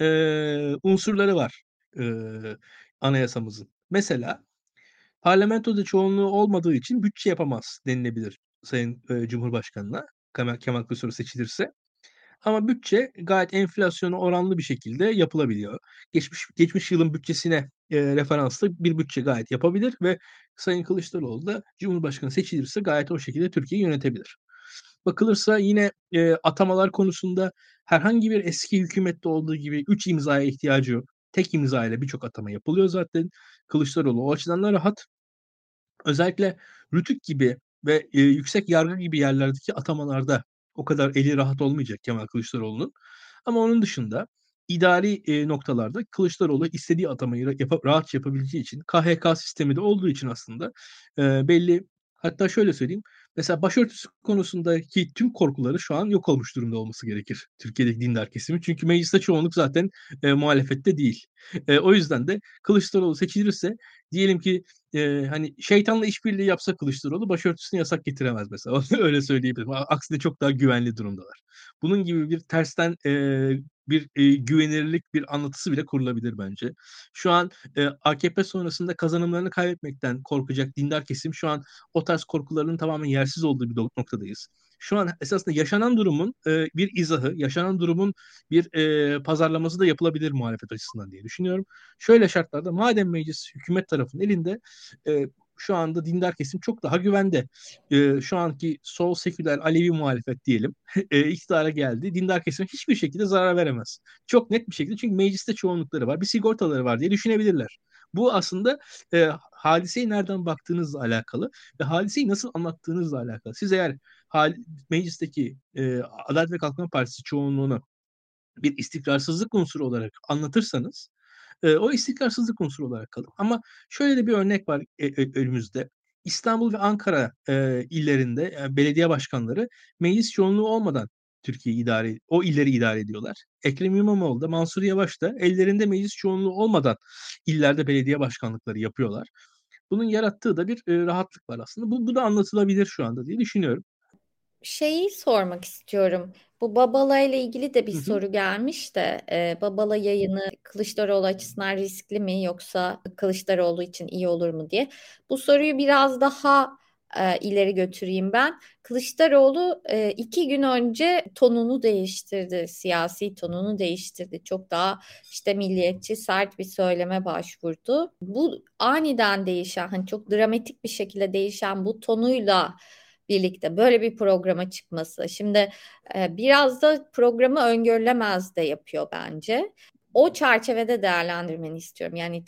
eee, unsurları var eee, anayasamızın. Mesela parlamentoda çoğunluğu olmadığı için bütçe yapamaz denilebilir Sayın eee, Cumhurbaşkanı'na Kemal, Kemal Kılıçdaroğlu seçilirse. Ama bütçe gayet enflasyona oranlı bir şekilde yapılabiliyor. Geçmiş geçmiş yılın bütçesine eee, referanslı bir bütçe gayet yapabilir ve Sayın Kılıçdaroğlu da Cumhurbaşkanı seçilirse gayet o şekilde Türkiye'yi yönetebilir. Bakılırsa yine eee, atamalar konusunda herhangi bir eski hükümette olduğu gibi üç imzaya ihtiyacı yok. Tek imza ile birçok atama yapılıyor zaten. Kılıçdaroğlu o açıdan da rahat. Özellikle Rütük gibi ve, eee, yüksek yargı gibi yerlerdeki atamalarda o kadar eli rahat olmayacak Kemal Kılıçdaroğlu'nun. Ama onun dışında idari, eee, noktalarda Kılıçdaroğlu istediği atamayı ra yapa rahatça yapabileceği için K H K sistemi de olduğu için aslında, eee, belli hatta şöyle söyleyeyim, mesela başörtüsü konusundaki tüm korkuları şu an yok olmuş durumda olması gerekir Türkiye'deki dindar kesimi. Çünkü mecliste çoğunluk zaten, eee, muhalefette değil. Eee, o yüzden de Kılıçdaroğlu seçilirse diyelim ki Eee, hani şeytanla işbirliği yapsa Kılıçdaroğlu başörtüsüne yasak getiremez mesela. Öyle söyleyebilirim. A aksine çok daha güvenli durumdalar. Bunun gibi bir tersten, eee, bir, eee, güvenilirlik bir anlatısı bile kurulabilir bence. Şu an, eee, A K P sonrasında kazanımlarını kaybetmekten korkacak dindar kesim şu an o tarz korkularının tamamen yersiz olduğu bir do noktadayız. Şu an esasında yaşanan durumun, eee, bir izahı, yaşanan durumun bir, eee, pazarlaması da yapılabilir muhalefet açısından diye düşünüyorum. Şöyle şartlarda madem meclis hükümet tarafının elinde Eee, şu anda dindar kesim çok daha güvende. Eee, şu anki sol seküler Alevi muhalefet diyelim eee, iktidara geldi. Dindar kesim hiçbir şekilde zarar veremez. Çok net bir şekilde çünkü mecliste çoğunlukları var. Bir sigortaları var diye düşünebilirler. Bu aslında eee hadiseyi nereden baktığınızla alakalı ve hadiseyi nasıl anlattığınızla alakalı. Siz eğer hal, meclisteki eee Adalet ve Kalkınma Partisi çoğunluğunu bir istikrarsızlık unsuru olarak anlatırsanız Eee, o istikrarsızlık unsuru olarak kalır. Ama şöyle de bir örnek var e e önümüzde. İstanbul ve Ankara, eee, illerinde, eee, belediye başkanları meclis çoğunluğu olmadan Türkiye'yi idare o illeri idare ediyorlar. Ekrem İmamoğlu da Mansur Yavaş da ellerinde meclis çoğunluğu olmadan illerde belediye başkanlıkları yapıyorlar. Bunun yarattığı da bir, eee, rahatlık var aslında. Bu bu da anlatılabilir şu anda diye düşünüyorum. Şeyi sormak istiyorum. Bu Babala ile ilgili de bir Hı hı. soru gelmiş de e, Babala yayını Kılıçdaroğlu açısından riskli mi yoksa Kılıçdaroğlu için iyi olur mu diye. Bu soruyu biraz daha e, ileri götüreyim ben. Kılıçdaroğlu e, iki gün önce tonunu değiştirdi, siyasi tonunu değiştirdi. Çok daha işte milliyetçi, sert bir söyleme başvurdu. Bu aniden değişen, hani çok dramatik bir şekilde değişen bu tonuyla birlikte böyle bir programa çıkması. Şimdi e, biraz da programı öngörülemez de yapıyor bence. O çerçevede değerlendirmeni istiyorum. Yani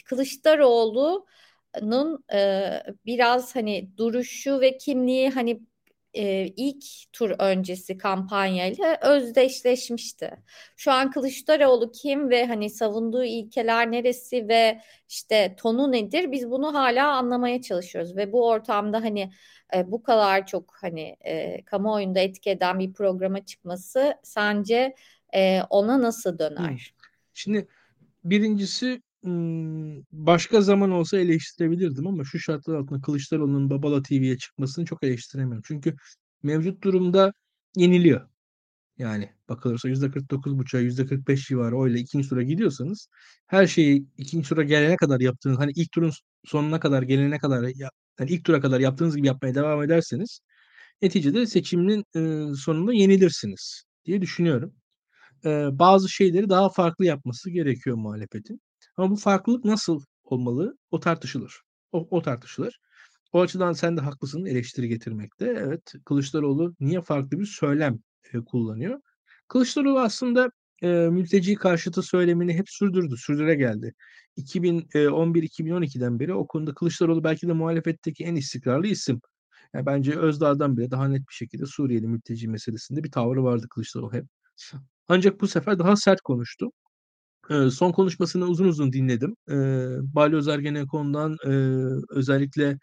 Kılıçdaroğlu'nun e, biraz hani duruşu ve kimliği hani e, ilk tur öncesi kampanyayla özdeşleşmişti. Şu an Kılıçdaroğlu kim ve hani savunduğu ilkeler neresi ve işte tonu nedir? Biz bunu hala anlamaya çalışıyoruz ve bu ortamda hani e, bu kadar çok hani e, kamuoyunda etki eden bir programa çıkması sence e, ona nasıl Hımm. döner? Şimdi birincisi, ımm, başka zaman olsa eleştirebilirdim ama şu şartlar altında Kılıçdaroğlu'nun Babala T V'ye çıkmasını çok eleştiremiyorum. Çünkü mevcut durumda yeniliyor. Yani bakılırsa yüzde kırk dokuz buçuğa yüzde kırk beş civarı oyla ikinci tura gidiyorsanız her şeyi ikinci tura gelene kadar yaptığınız, hani ilk turun sonuna kadar gelene kadar ya hani ilk tura kadar yaptığınız gibi yapmaya devam ederseniz neticede seçimin, ııı, sonunda yenilirsiniz diye düşünüyorum. Eee, bazı şeyleri daha farklı yapması gerekiyor muhalefetin. Ama bu farklılık nasıl olmalı? O tartışılır. O o tartışılır. O açıdan sen de haklısın eleştiri getirmekte. Evet, Kılıçdaroğlu niye farklı bir söylem, eee, kullanıyor? Kılıçdaroğlu aslında, eee, mülteci karşıtı söylemini hep sürdürdü, sürdüregeldi. iki bin on bir iki bin on ikiden beri o konuda Kılıçdaroğlu belki de muhalefetteki en istikrarlı isim. Ya, bence Özdağ'dan bile daha net bir şekilde Suriyeli mülteci meselesinde bir tavrı vardı Kılıçdaroğlu hep. Ancak bu sefer daha sert konuştu. Eee, son konuşmasını uzun uzun dinledim. Eee, Balyoz Ergenekon'dan, eee, özellikle,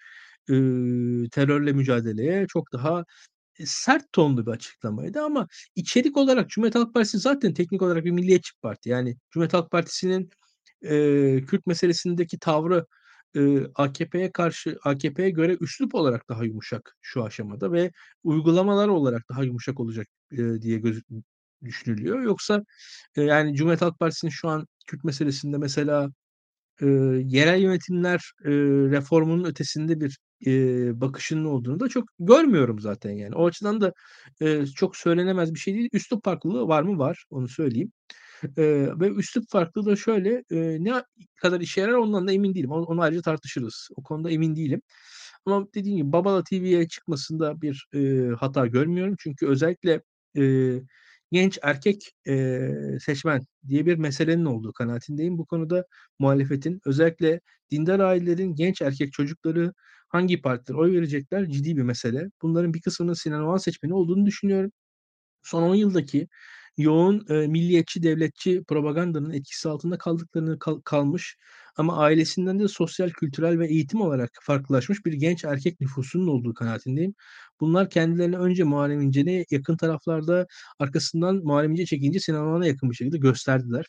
eee, terörle mücadeleye çok daha, eee, sert tonlu bir açıklamaydı ama içerik olarak Cumhuriyet Halk Partisi zaten teknik olarak bir milliyetçi bir parti. Yani Cumhuriyet Halk Partisi'nin, eee, Kürt meselesindeki tavrı, eee, A K P'ye karşı A K P'ye göre üslup olarak daha yumuşak şu aşamada ve uygulamalar olarak daha yumuşak olacak, eee, diye gözü düşünülüyor. Yoksa, eee, yani Cumhuriyet Halk Partisi'nin şu an Kürt meselesinde mesela, eee, yerel yönetimler, eee, reformunun ötesinde bir, eee, bakışının olduğunu da çok görmüyorum zaten yani. O açıdan da, eee, çok söylenemez bir şey değil. Üslup farklılığı var mı? Var, onu söyleyeyim. Eee, ve üslup farklılığı da şöyle, eee, ne kadar işe yarar ondan da emin değilim. Onu onu ayrıca tartışırız. O konuda emin değilim. Ama dediğim gibi Babala T V'ye çıkmasında bir, eee, hata görmüyorum. Çünkü özellikle, eee, genç erkek, eee, seçmen diye bir meselenin olduğu kanaatindeyim. Bu konuda muhalefetin özellikle dindar ailelerin genç erkek çocukları hangi partilere oy verecekler ciddi bir mesele. Bunların bir kısmının Sinan Oğan seçmeni olduğunu düşünüyorum. Son on yıldaki yoğun, eee, milliyetçi, devletçi propagandanın etkisi altında kaldıklarını kal kalmış ama ailesinden de sosyal, kültürel ve eğitim olarak farklılaşmış bir genç erkek nüfusunun olduğu kanaatindeyim. Bunlar kendilerini önce Muharrem İnce'ne yakın taraflarda, arkasından Muharrem İnce çekince Sinan Oğan'a yakın bir şekilde gösterdiler.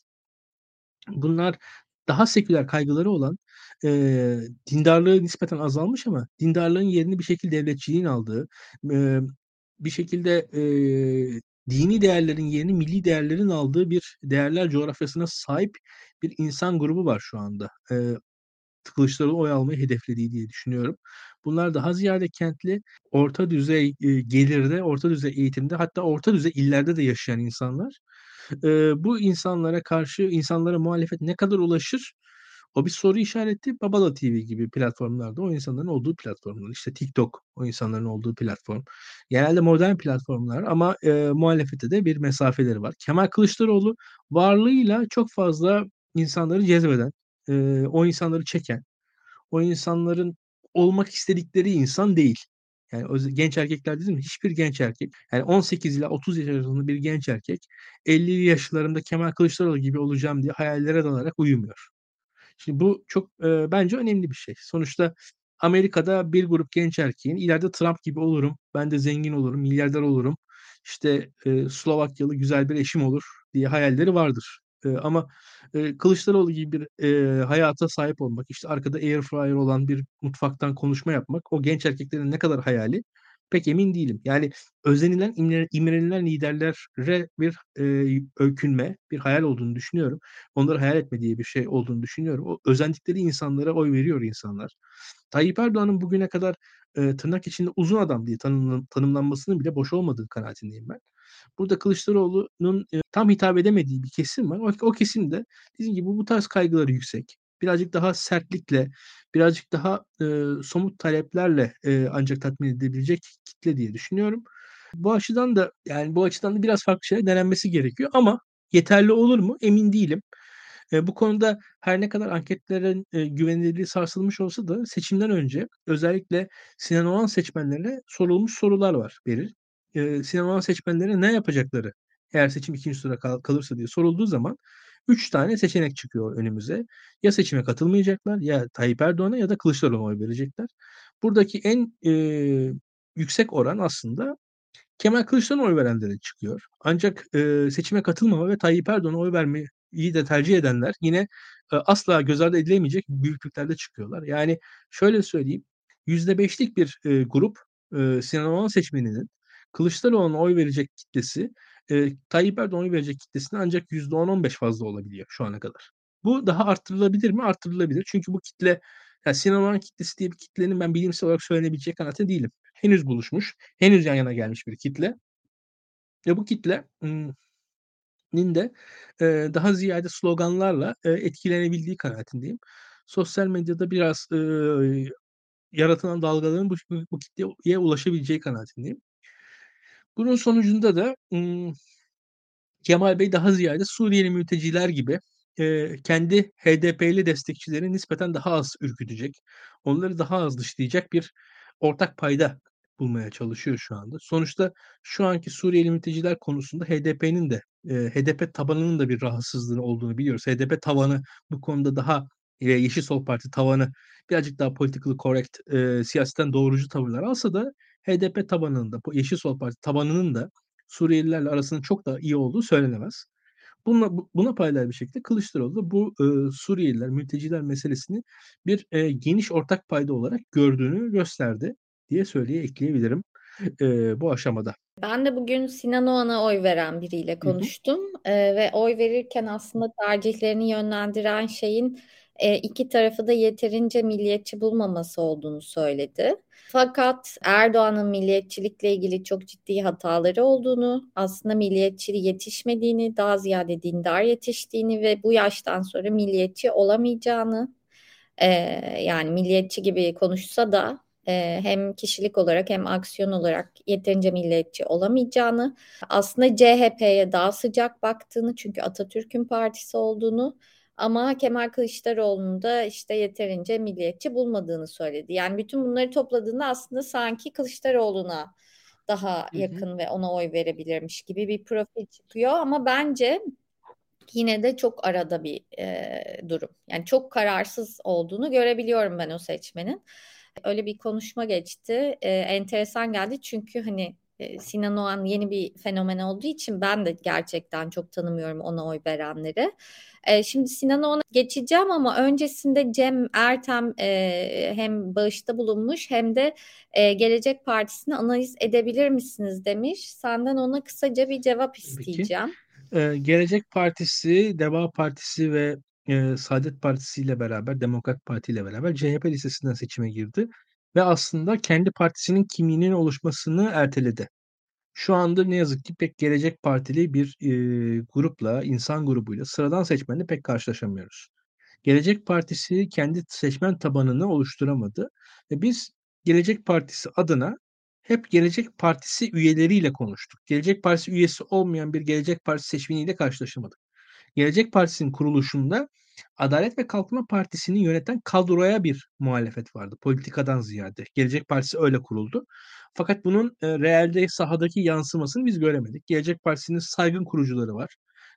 Bunlar daha seküler kaygıları olan, eee, dindarlığı nispeten azalmış ama dindarlığın yerini bir şekilde devletçiliğin aldığı, eee, bir şekilde, eee, dini değerlerin yerini milli değerlerin aldığı bir değerler coğrafyasına sahip bir insan grubu var şu anda. Eee, Kılıçdaroğlu oy almayı hedeflediği diye düşünüyorum. Bunlar daha ziyade kentli, orta düzey, eee, gelirde, orta düzey eğitimde hatta orta düzey illerde de yaşayan insanlar. Eee, bu insanlara karşı insanlara muhalefet ne kadar ulaşır? O bir soru işareti. Babala T V gibi platformlarda o insanların olduğu platformlar. İşte TikTok o insanların olduğu platform. Genelde modern platformlar ama, eee, muhalefete de bir mesafeleri var. Kemal Kılıçdaroğlu varlığıyla çok fazla insanları cezbeden, eee, o insanları çeken, o insanların olmak istedikleri insan değil. Yani öz genç erkekler dedim ya, hiçbir genç erkek, yani on sekiz ila otuz yaş arasında bir genç erkek ellili yaşlarında Kemal Kılıçdaroğlu gibi olacağım diye hayallere dalarak uyumuyor. Şimdi bu çok, eee, bence önemli bir şey. Sonuçta Amerika'da bir grup genç erkeğin ileride Trump gibi olurum, ben de zengin olurum, milyarder olurum, işte, eee, Slovakyalı güzel bir eşim olur diye hayalleri vardır. Eee, ama, eee, Kılıçdaroğlu gibi bir, eee, hayata sahip olmak, işte, arkada airfryer olan bir mutfaktan konuşma yapmak o genç erkeklerin ne kadar hayali pek emin değilim. Yani özenilen, imre imrenilen liderlere bir, eee, öykünme, bir hayal olduğunu düşünüyorum. Onları hayal etme diye bir şey olduğunu düşünüyorum. O özendikleri insanlara oy veriyor insanlar. Tayyip Erdoğan'ın bugüne kadar, eee, tırnak içinde uzun adam diye tanımlan tanımlanmasının bile boş olmadığı kanaatindeyim ben. Burada Kılıçdaroğlu'nun, eee, tam hitap edemediği bir kesim var. O o kesim de dediğim gibi bu tarz kaygıları yüksek. Birazcık daha sertlikle, birazcık daha, eee, somut taleplerle, eee, ancak tatmin edilebilecek kitle diye düşünüyorum. Bu açıdan da, yani, bu açıdan da biraz farklı şeyler denenmesi gerekiyor ama yeterli olur mu emin değilim. Eee, bu konuda her ne kadar anketlerin, eee, güvenilirliği sarsılmış olsa da seçimden önce özellikle Sinan Oğan seçmenlerine sorulmuş sorular var Beril. Eee, Sinan Oğan seçmenlerine ne yapacakları eğer seçim ikinci tura kal kalırsa diye sorulduğu zaman üç tane seçenek çıkıyor önümüze. Ya seçime katılmayacaklar, ya Tayyip Erdoğan'a ya da Kılıçdaroğlu'na oy verecekler. Buradaki en, eee, yüksek oran aslında Kemal Kılıçdaroğlu'na oy verenlere çıkıyor. Ancak, eee, seçime katılmama ve Tayyip Erdoğan'a oy vermeyi de tercih edenler yine, eee, asla göz ardı edilemeyecek büyüklüklerde çıkıyorlar. Yani şöyle söyleyeyim, yüzde beşlik bir, eee, grup, eee, Sinan Oğan seçmeninin Kılıçdaroğlu'na oy verecek kitlesi, eee, Tayyip Erdoğan'a oy verecek kitlesinden ancak yüzde on on beş fazla olabiliyor şu ana kadar. Bu daha arttırılabilir mi? Arttırılabilir. Çünkü bu kitle, ya Sinan Oğan kitlesi diye bir kitlenin ben bilimsel olarak söylenebilecek kanaatinde değilim. Henüz buluşmuş, henüz yan yana gelmiş bir kitle ve bu kitle ımm, nin de, eee, daha ziyade sloganlarla, eee, etkilenebildiği kanaatindeyim. Sosyal medyada biraz, ııı, yaratılan dalgaların bu bu kitleye ulaşabileceği kanaatindeyim. Bunun sonucunda da, ımm Kemal Bey daha ziyade Suriyeli mülteciler gibi, eee, kendi H D P'li destekçilerini nispeten daha az ürkütecek, onları daha az dışlayacak bir ortak payda bulmaya çalışıyor şu anda. Sonuçta şu anki Suriyeli mülteciler konusunda H D P'nin de, eee, H D P tabanının da bir rahatsızlığı olduğunu biliyoruz. H D P tavanı bu konuda daha, eee, Yeşil Sol Parti tavanı birazcık daha politically correct, eee, siyasetten doğrucu tavırlar alsa da H D P tabanının da, bu Yeşil Sol Parti tabanının da Suriyelilerle arasının çok da iyi olduğu söylenemez. Bununla bu buna paralel bir şekilde Kılıçdaroğlu da bu, ııı, Suriyeliler, mülteciler meselesini bir, eee, geniş ortak payda olarak gördüğünü gösterdi diye söyleye ekleyebilirim, eee, bu aşamada. Ben de bugün Sinan Oğan'a oy veren biriyle Hı hı. konuştum. Eee, ve oy verirken aslında tercihlerini yönlendiren şeyin eee, iki tarafı da yeterince milliyetçi bulmaması olduğunu söyledi. Fakat Erdoğan'ın milliyetçilikle ilgili çok ciddi hataları olduğunu, aslında milliyetçi yetişmediğini, daha ziyade dindar yetiştiğini ve bu yaştan sonra milliyetçi olamayacağını, eee, yani milliyetçi gibi konuşsa da e, hem kişilik olarak hem aksiyon olarak yeterince milliyetçi olamayacağını, aslında C H P'ye daha sıcak baktığını çünkü Atatürk'ün partisi olduğunu ama Kemal Kılıçdaroğlu'nun da işte yeterince milliyetçi bulmadığını söyledi. Yani bütün bunları topladığında aslında sanki Kılıçdaroğlu'na daha Hı hı. yakın ve ona oy verebilirmiş gibi bir profil çıkıyor ama bence yine de çok arada bir e, durum. Yani çok kararsız olduğunu görebiliyorum ben o seçmenin. Öyle bir konuşma geçti. E, enteresan geldi çünkü hani e, Sinan Oğan yeni bir fenomen olduğu için ben de gerçekten çok tanımıyorum ona oy verenleri. E, şimdi Sinan Oğan'a geçeceğim ama öncesinde Cem Ertem e, hem bağışta bulunmuş hem de e, Gelecek Partisi'ni analiz edebilir misiniz demiş. Senden ona kısaca bir cevap Peki. isteyeceğim. Eee, Gelecek Partisi, Deva Partisi ve, eee, Saadet Partisi ile beraber, Demokrat Parti ile beraber C H P listesinden seçime girdi ve aslında kendi partisinin kimliğinin oluşmasını erteledi. Şu anda ne yazık ki pek Gelecek Partili bir, eee, grupla, insan grubuyla, sıradan seçmenle pek karşılaşamıyoruz. Gelecek Partisi kendi seçmen tabanını oluşturamadı ve biz Gelecek Partisi adına hep Gelecek Partisi üyeleriyle konuştuk. Gelecek Partisi üyesi olmayan bir Gelecek Partisi seçmeniyle karşılaşamadık. Gelecek Partisi'nin kuruluşunda Adalet ve Kalkınma Partisi'ni yöneten kadroya bir muhalefet vardı politikadan ziyade. Gelecek Partisi öyle kuruldu. Fakat bunun, eee, reelde sahadaki yansımasını biz göremedik. Gelecek Partisi'nin saygın kurucuları var.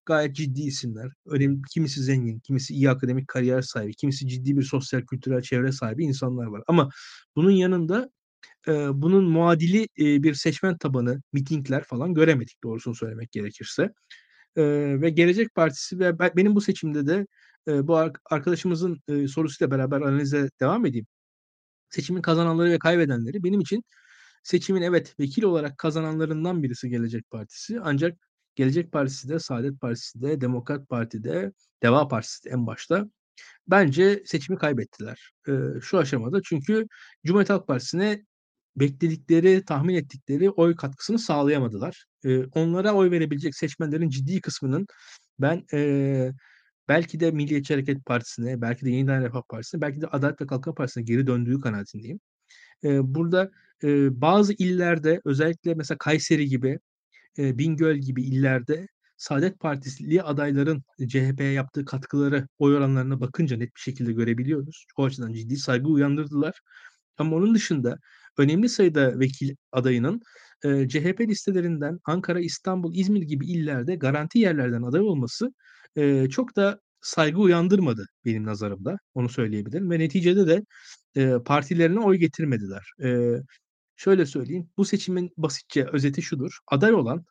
Gayet ciddi isimler. Önemli, kimisi zengin, kimisi iyi akademik kariyer sahibi, kimisi ciddi bir sosyal kültürel çevre sahibi insanlar var. Ama bunun yanında e, bunun muadili e, bir seçmen tabanı, mitingler falan göremedik doğrusunu söylemek gerekirse. E, ve Gelecek Partisi ve ben- benim bu seçimde de e, bu ar- arkadaşımızın e, sorusuyla beraber analize devam edeyim. Seçimin kazananları ve kaybedenleri benim için seçimin evet vekil olarak kazananlarından birisi Gelecek Partisi. Ancak Gelecek Partisi de, Saadet Partisi de, Demokrat Parti de, Deva Partisi de en başta bence seçimi kaybettiler. Ee, şu aşamada çünkü Cumhuriyet Halk Partisi'ne bekledikleri, tahmin ettikleri oy katkısını sağlayamadılar. Ee, onlara oy verebilecek seçmenlerin ciddi kısmının ben e, belki de Milliyetçi Hareket Partisi'ne, belki de Yeniden Refah Partisi'ne, belki de Adalet ve Kalkınma Partisi'ne geri döndüğü kanaatindeyim. Ee, burada e, bazı illerde özellikle mesela Kayseri gibi, e, Bingöl gibi illerde Saadet Partili adayların C H P'ye yaptığı katkıları oy oranlarına bakınca net bir şekilde görebiliyoruz. O açıdan ciddi saygı uyandırdılar. Ama onun dışında önemli sayıda vekil adayının e, C H P listelerinden Ankara, İstanbul, İzmir gibi illerde garanti yerlerden aday olması e, çok da saygı uyandırmadı benim nazarımda. Onu söyleyebilirim. Ve neticede de e, partilerine oy getirmediler. E, şöyle söyleyeyim. Bu seçimin basitçe özeti şudur. Aday olan,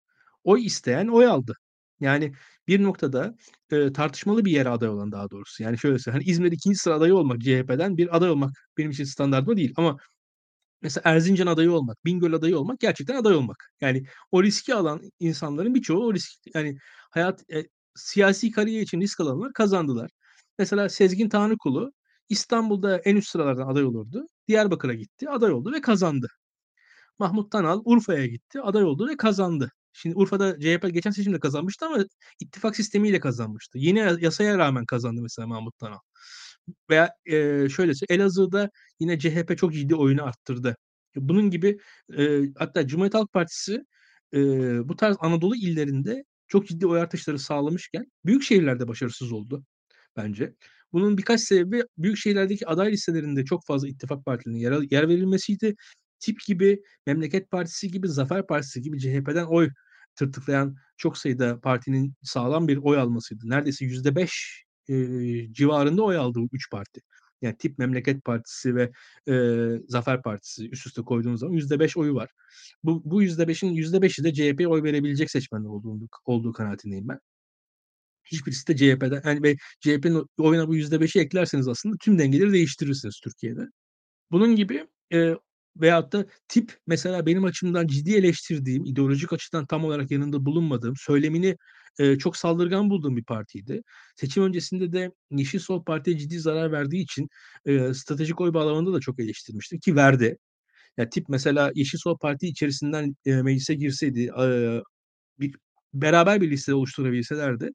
oy isteyen oy aldı. Yani bir noktada e, tartışmalı bir yere aday olan daha doğrusu. Yani şöyle söyleyeyim. Hani İzmir ikinci sıra adayı olmak C H P'den bir aday olmak benim için standart o değil. Ama mesela Erzincan adayı olmak, Bingöl adayı olmak gerçekten aday olmak. Yani o riski alan insanların birçoğu o risk yani hayat e, siyasi kariyer için risk alanlar kazandılar. Mesela Sezgin Tanrıkulu İstanbul'da en üst sıralardan aday olurdu. Diyarbakır'a gitti, aday oldu ve kazandı. Mahmut Tanal Urfa'ya gitti, aday oldu ve kazandı. Şimdi Urfa'da C H P geçen seçimde kazanmıştı ama ittifak sistemiyle kazanmıştı. Yeni yasaya rağmen kazandı mesela Mahmut Tanal. Veya e, şöyle söyleyeyim, Elazığ'da yine C H P çok ciddi oyunu arttırdı. Bunun gibi e, hatta Cumhuriyet Halk Partisi e, bu tarz Anadolu illerinde çok ciddi oy artışları sağlamışken büyük şehirlerde başarısız oldu bence. Bunun birkaç sebebi büyük şehirlerdeki aday listelerinde çok fazla ittifak partilerine yer, yer verilmesiydi. Tip gibi, Memleket Partisi gibi, Zafer Partisi gibi C H P'den oy tırtıklayan çok sayıda partinin sağlam bir oy almasıydı. Neredeyse yüzde beş e, civarında oy aldı bu üç parti. Yani tip Memleket Partisi ve e, Zafer Partisi üst üste koyduğunuz zaman yüzde beş oyu var. Bu, bu yüzde beşin yüzde beşi de C H P'ye oy verebilecek seçmenler olduğu, olduğu kanaatindeyim ben. Hiçbirisi de C H P'den yani ve C H P'nin oyuna bu yüzde beşi eklerseniz aslında tüm dengeleri değiştirirsiniz Türkiye'de. Bunun gibi e, veyahut da tip mesela benim açımdan ciddi eleştirdiğim, ideolojik açıdan tam olarak yanında bulunmadığım, söylemini e, çok saldırgan bulduğum bir partiydi. Seçim öncesinde de Yeşil Sol Parti'ye ciddi zarar verdiği için e, stratejik oy bağlamında da çok eleştirmiştim ki verdi. Ya tip mesela Yeşil Sol Parti içerisinden e, meclise girseydi, e, bir, beraber bir liste oluşturabilselerdi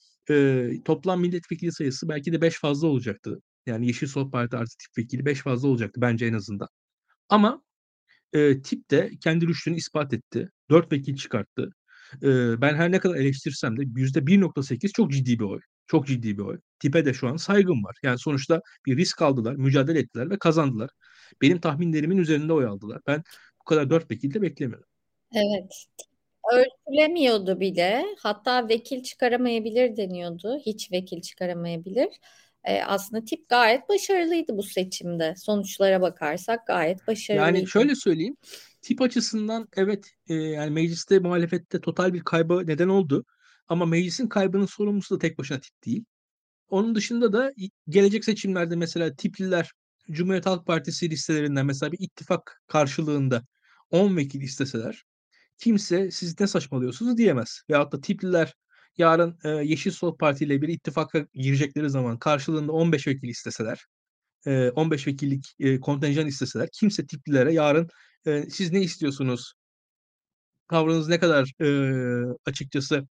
e, toplam milletvekili sayısı belki de beş fazla olacaktı. Yani Yeşil Sol Parti artı tip vekili beş fazla olacaktı bence en azından. Ama e, tip de kendi rüştünü ispat etti. Dört vekil çıkarttı. E, ben her ne kadar eleştirsem de yüzde bir nokta sekiz çok ciddi bir oy. Çok ciddi bir oy. Tipe de şu an saygım var. Yani sonuçta bir risk aldılar, mücadele ettiler ve kazandılar. Benim tahminlerimin üzerinde oy aldılar. Ben bu kadar dört vekil de beklemiyordum. Evet. Ölçülemiyordu bile. Hatta vekil çıkaramayabilir deniyordu. Hiç vekil çıkaramayabilir. Ee, aslında tip gayet başarılıydı bu seçimde. Sonuçlara bakarsak gayet Yani başarılıydı. şöyle söyleyeyim. Tip açısından evet e, yani mecliste muhalefette total bir kayba neden oldu. Ama meclisin kaybının sorumlusu da tek başına tip değil. Onun dışında da gelecek seçimlerde mesela tipliler Cumhuriyet Halk Partisi listelerinden mesela bir ittifak karşılığında on vekil isteseler kimse siz ne saçmalıyorsunuz diyemez. Veyahut da tipliler yarın e, Yeşil Sol Parti ile bir ittifaka girecekleri zaman karşılığında on beş vekil isteseler e, on beş vekillik e, kontenjan isteseler kimse tiplilere yarın e, siz ne istiyorsunuz tavrınız ne kadar e, açıkçası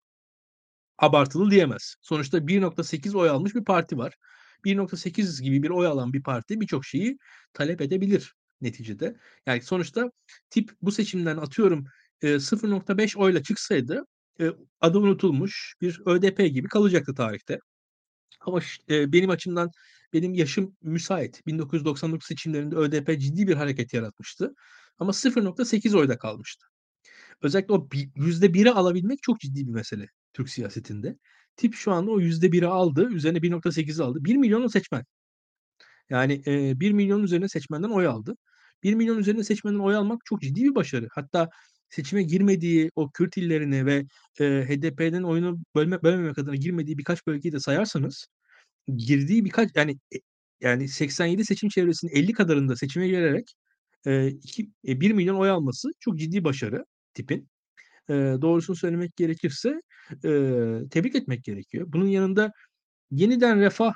abartılı diyemez. Sonuçta bir nokta sekiz oy almış bir parti var. bir nokta sekiz gibi bir oy alan bir parti birçok şeyi talep edebilir neticede. Yani sonuçta tip bu seçimden atıyorum e, sıfır nokta beş oyla çıksaydı e, adı unutulmuş bir ÖDP gibi kalacaktı tarihte. Ama ş- e, benim açımdan benim yaşım müsait. bin dokuz yüz doksan dokuz seçimlerinde ÖDP ciddi bir hareket yaratmıştı. Ama sıfır nokta sekiz oyda kalmıştı. Özellikle o bi- yüzde biri alabilmek çok ciddi bir mesele Türk siyasetinde. Tip şu anda o yüzde biri aldı. Üzerine bir nokta sekizi aldı. bir milyon seçmen. Yani e, bir milyonun üzerine seçmenden oy aldı. bir milyon üzerine seçmenden oy almak çok ciddi bir başarı. Hatta seçime girmediği o Kürt illerini ve e, H D P'nin oyunu bölme, bölmemek adına girmediği birkaç bölgeyi de sayarsanız girdiği birkaç yani e, yani seksen yedi seçim çevresinin elli kadarında seçime girerek e, iki, e, bir milyon oy alması çok ciddi başarı tipin. E, doğrusunu söylemek gerekirse e, tebrik etmek gerekiyor. Bunun yanında yeniden refah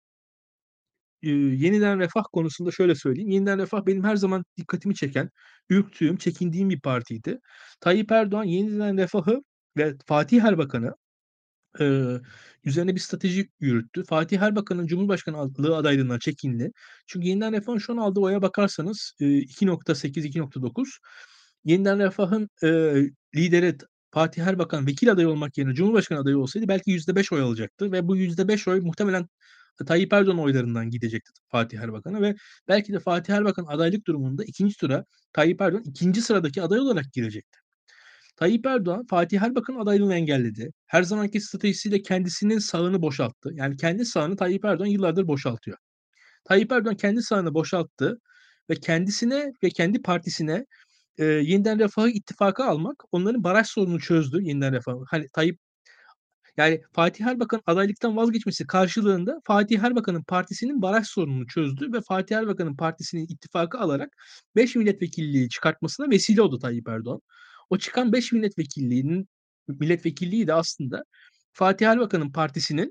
e, yeniden refah konusunda şöyle söyleyeyim. Yeniden refah benim her zaman dikkatimi çeken, ürktüğüm, çekindiğim bir partiydi. Tayyip Erdoğan yeniden refahı ve Fatih Erbakan'ı Eee, üzerine bir strateji yürüttü. Fatih Erbakan'ın Cumhurbaşkanlığı adaylığından çekindi. Çünkü Yeniden Refah'ın şu an aldığı oya bakarsanız eee, iki nokta sekiz iki nokta dokuz. Yeniden Refah'ın eee, lideri Fatih Erbakan vekil adayı olmak yerine Cumhurbaşkanı adayı olsaydı belki yüzde beş oy alacaktı ve bu yüzde beş oy muhtemelen Tayyip Erdoğan oylarından gidecekti Fatih Erbakan'a ve belki de Fatih Erbakan adaylık durumunda ikinci tura Tayyip Erdoğan ikinci sıradaki aday olarak girecekti. Tayyip Erdoğan, Fatih Erbakan'ın adaylığını engelledi. Her zamanki stratejisiyle kendisinin sağını boşalttı. Yani kendi sağını Tayyip Erdoğan yıllardır boşaltıyor. Tayyip Erdoğan kendi sağını boşalttı ve kendisine ve kendi partisine e, Yeniden Refah'ı ittifaka almak onların baraj sorununu çözdü Yeniden Refah'ı. Hani Tayyip yani Fatih Erbakan adaylıktan vazgeçmesi karşılığında Fatih Erbakan'ın partisinin baraj sorununu çözdü ve Fatih Erbakan'ın partisinin ittifakı alarak beş milletvekilliği çıkartmasına vesile oldu Tayyip Erdoğan. O çıkan beş milletvekilliğinin milletvekilliği de aslında Fatih Erbakan'ın partisinin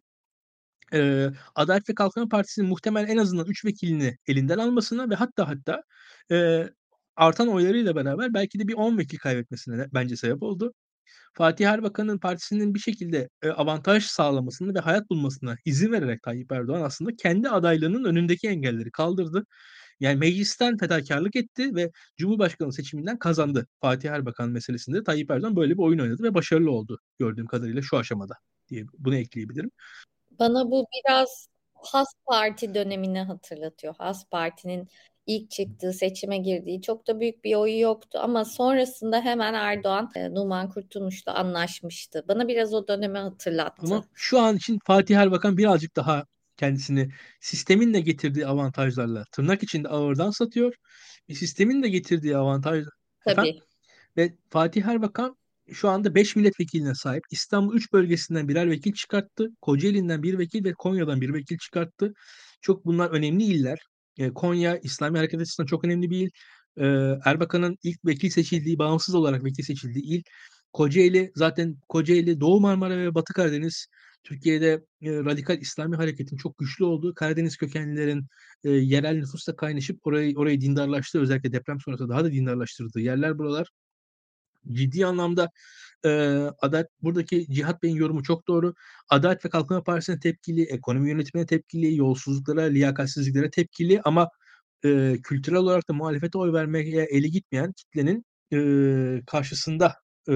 e, Adalet ve Kalkınma Partisi'nin muhtemelen en azından üç vekilini elinden almasına ve hatta hatta e, artan oylarıyla beraber belki de bir on vekil kaybetmesine de bence sebep oldu. Fatih Erbakan'ın partisinin bir şekilde e, avantaj sağlamasını ve hayat bulmasına izin vererek Tayyip Erdoğan aslında kendi adaylığının önündeki engelleri kaldırdı. Yani meclisten fedakarlık etti ve Cumhurbaşkanı seçiminden kazandı. Fatih Erbakan meselesinde Tayyip Erdoğan böyle bir oyun oynadı ve başarılı oldu gördüğüm kadarıyla şu aşamada diye bunu ekleyebilirim. Bana bu biraz Has Parti dönemini hatırlatıyor. Has Parti'nin ilk çıktığı, seçime girdiği çok da büyük bir oyu yoktu ama sonrasında hemen Erdoğan e, Numan Kurtulmuş'la anlaşmıştı. Bana biraz o dönemi Ama hatırlattı. şu an için Fatih Erbakan birazcık daha kendisini sistemin de getirdiği avantajlarla tırnak içinde ağırdan satıyor. E, sistemin de getirdiği avantaj efendim Tabii. ve Fatih Erbakan şu anda beş milletvekiline sahip. İstanbul üç bölgesinden birer vekil çıkarttı. Kocaeli'nden bir vekil ve Konya'dan bir vekil çıkarttı. Çok bunlar önemli iller. E, Konya İslami Hareket açısından çok önemli bir il. E, Erbakan'ın ilk vekil seçildiği, bağımsız olarak vekil seçildiği il. Kocaeli zaten Kocaeli, Doğu Marmara ve Batı Karadeniz Türkiye'de e, radikal İslami hareketin çok güçlü olduğu, Karadeniz kökenlilerin e, yerel nüfusla kaynaşıp orayı orayı dindarlaştığı, özellikle deprem sonrası daha da dindarlaştırdığı yerler buralar. Ciddi anlamda e, Adalet buradaki Cihat Bey'in yorumu çok doğru. Adalet ve Kalkınma Partisi'ne tepkili, ekonomi yönetimine tepkili, yolsuzluklara, liyakatsizliklere tepkili ama e, kültürel olarak da muhalefete oy vermeye eli gitmeyen kitlenin e, karşısında e,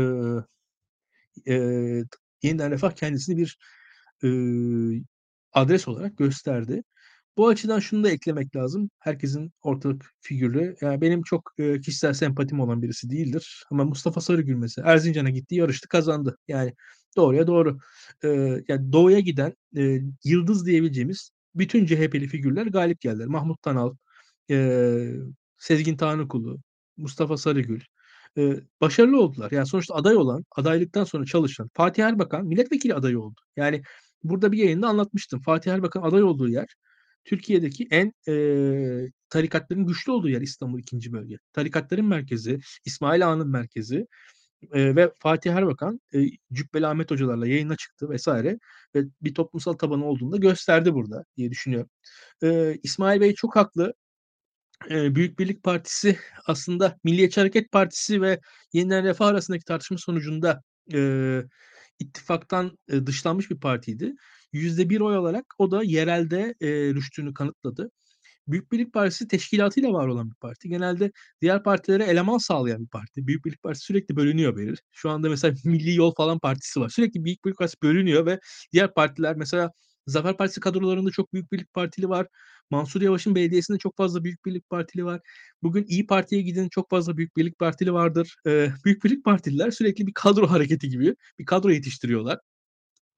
e, Yeniden Refah kendisini bir e, adres olarak gösterdi. Bu açıdan şunu da eklemek lazım. Herkesin ortak figürü. Yani benim çok e, kişisel sempatim olan birisi değildir. Ama Mustafa Sarıgül mesela Erzincan'a gitti, yarıştı, kazandı. Yani doğruya doğru. E, yani doğuya giden e, yıldız diyebileceğimiz bütün C H P'li figürler galip geldiler. Mahmut Tanal, e, Sezgin Tanrıkulu, Mustafa Sarıgül e, başarılı oldular. Yani sonuçta aday olan, adaylıktan sonra çalışan Fatih Erbakan milletvekili adayı oldu. Yani burada bir yayında anlatmıştım. Fatih Erbakan aday olduğu yer Türkiye'deki en e, tarikatların güçlü olduğu yer İstanbul ikinci bölge. Tarikatların merkezi, İsmail Ağa'nın merkezi e, ve Fatih Erbakan e, Cübbeli Ahmet hocalarla yayına çıktı vesaire ve bir toplumsal tabanı olduğunu da gösterdi burada diye düşünüyorum. E, İsmail Bey çok haklı. E, Büyük Birlik Partisi aslında Milliyetçi Hareket Partisi ve Yeniden Refah arasındaki tartışma sonucunda e, ittifaktan e, dışlanmış bir partiydi. Yüzde bir oy alarak o da yerelde e, rüştünü kanıtladı. Büyük Birlik Partisi teşkilatıyla var olan bir parti. Genelde diğer partilere eleman sağlayan bir parti. Büyük Birlik Partisi sürekli bölünüyor belir. Şu anda mesela Milli Yol falan partisi var. Sürekli Büyük Birlik Partisi bölünüyor ve diğer partiler mesela Zafer Partisi kadrolarında çok Büyük Birlik Partili var. Mansur Yavaş'ın belediyesinde çok fazla Büyük Birlik Partili var. Bugün İyi Parti'ye giden çok fazla Büyük Birlik Partili vardır. Ee, Büyük Birlik Partililer sürekli bir kadro hareketi gibi bir kadro yetiştiriyorlar.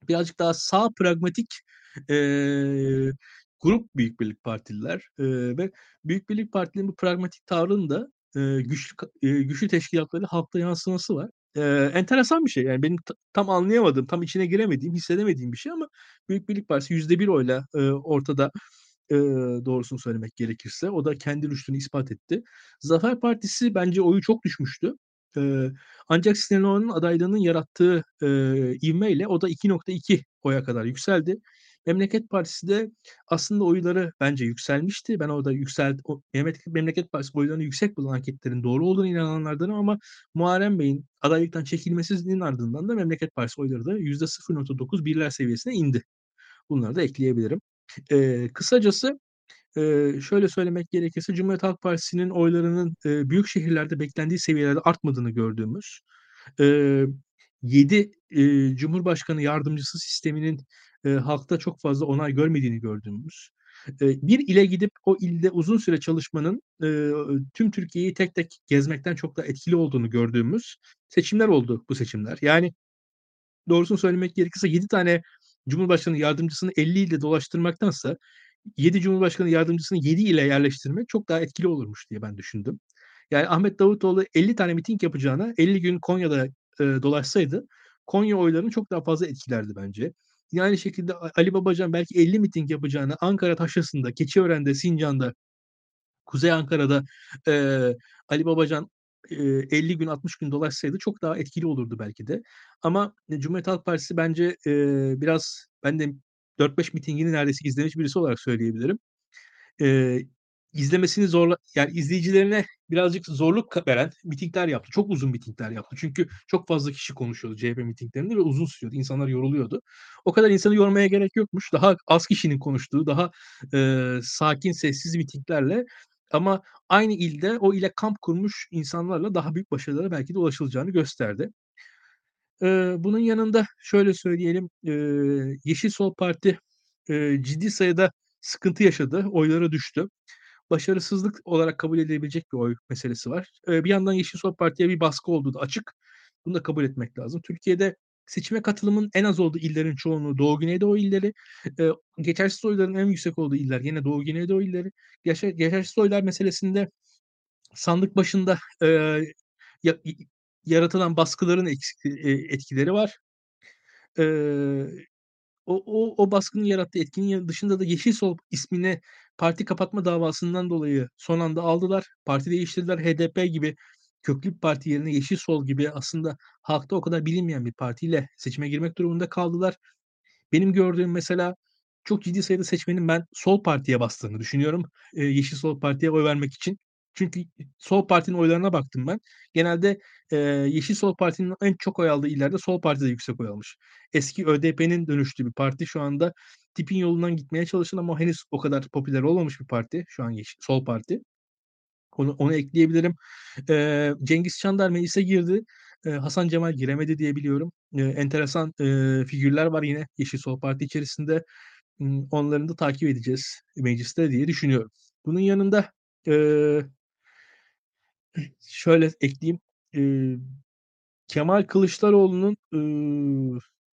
birazcık daha sağ pragmatik eee, grup Büyük Birlik Partililer eee, ve Büyük Birlik Partililerin bu pragmatik tavrının da eee, güçlü ka eee, güçlü teşkilatları halkta yansıması var. Eee, enteresan bir şey. Yani benim ta tam anlayamadığım, tam içine giremediğim, hissedemediğim bir şey ama Büyük Birlik Partisi yüzde bir oyla eee, ortada, eee, doğrusunu söylemek gerekirse. O da kendi rüştünü ispat etti. Zafer Partisi bence oyu çok düşmüştü. Eee, ancak Sinan Oğan'ın adaylığının yarattığı, eee, ivmeyle o da iki nokta iki oya kadar yükseldi. Memleket Partisi de aslında oyları bence yükselmişti. Ben orada yüksel o Memleket Memleket Partisi oylarını yüksek bulan anketlerin doğru olduğuna inananlardanım ama Muharrem Bey'in adaylıktan çekilmesinin ardından da Memleket Partisi oyları da yüzde sıfır nokta dokuz birler seviyesine indi. Bunları da ekleyebilirim. Eee, kısacası Eee, şöyle söylemek gerekirse Cumhuriyet Halk Partisi'nin oylarının, eee, büyük şehirlerde beklendiği seviyelerde artmadığını gördüğümüz, eee, yedi, eee, Cumhurbaşkanı yardımcısı sisteminin, eee, halkta çok fazla onay görmediğini gördüğümüz, eee, bir ile gidip o ilde uzun süre çalışmanın, eee, tüm Türkiye'yi tek tek gezmekten çok daha etkili olduğunu gördüğümüz seçimler oldu bu seçimler. Yani doğrusunu söylemek gerekirse yedi tane Cumhurbaşkanı yardımcısını elli ilde dolaştırmaktansa yedi Cumhurbaşkanı yardımcısını yedi ile yerleştirmek çok daha etkili olurmuş diye ben düşündüm. Yani Ahmet Davutoğlu elli tane miting yapacağına elli gün Konya'da, eee, dolaşsaydı Konya oylarını çok daha fazla etkilerdi bence. Yine aynı şekilde A Ali Babacan belki elli miting yapacağına Ankara Taşrası'nda, Keçiören'de, Sincan'da, Kuzey Ankara'da, eee, Ali Babacan, eee, elli gün, altmış gün dolaşsaydı çok daha etkili olurdu belki de. Ama Cumhuriyet Halk Partisi bence, eee, biraz ben de dört beş mitingini neredeyse izlemiş birisi olarak söyleyebilirim. Eee, izlemesini zorla yani izleyicilerine birazcık zorluk ka veren mitingler yaptı. Çok uzun mitingler yaptı. Çünkü çok fazla kişi konuşuyordu C H P mitinglerinde ve uzun sürüyordu. İnsanlar yoruluyordu. O kadar insanı yormaya gerek yokmuş. Daha az kişinin konuştuğu, daha, eee, sakin, sessiz mitinglerle ama aynı ilde, o ile kamp kurmuş insanlarla daha büyük başarılara belki de ulaşılacağını gösterdi. Eee, bunun yanında şöyle söyleyelim, eee, Yeşil Sol Parti, eee, ciddi sayıda sıkıntı yaşadı, oyları düştü. Başarısızlık olarak kabul edilebilecek bir oy meselesi var. Eee, bir yandan Yeşil Sol Parti'ye bir baskı olduğu da açık. Bunu da kabul etmek lazım. Türkiye'de seçime katılımın en az olduğu illerin çoğunluğu Doğu Güneydoğu illeri. Eee, geçersiz oyların en yüksek olduğu iller yine Doğu Güneydoğu illeri. Geçe geçersiz oylar meselesinde sandık başında, eee, ya i yaratılan baskıların eksik eee, etkileri var. Eee o o o baskının yarattığı etkinin ya dışında da Yeşil Sol ismini parti kapatma davasından dolayı son anda aldılar. Parti değiştirdiler. H D P gibi köklü bir parti yerine Yeşil Sol gibi aslında halkta o kadar bilinmeyen bir partiyle seçime girmek durumunda kaldılar. Benim gördüğüm mesela çok ciddi sayıda seçmenin ben Sol Parti'ye bastığını düşünüyorum, eee, Yeşil Sol Parti'ye oy vermek için. Çünkü Sol Parti'nin oylarına baktım ben. Genelde, eee, Yeşil Sol Parti'nin en çok oy aldığı illerde Sol Parti de yüksek oy almış. Eski ÖDP'nin dönüştüğü bir parti şu anda tipin yolundan gitmeye çalışan ama henüz o kadar popüler olmamış bir parti şu an Yeşil Sol Parti. Onu onu ekleyebilirim. Eee, Cengiz Çandar meclise girdi. Eee, Hasan Cemal giremedi diye biliyorum. Eee, enteresan, eee, figürler var yine Yeşil Sol Parti içerisinde. Imm, onları da takip edeceğiz mecliste diye düşünüyorum. Bunun yanında, eee, şöyle ekleyeyim, eee, Kemal Kılıçdaroğlu'nun, ııı,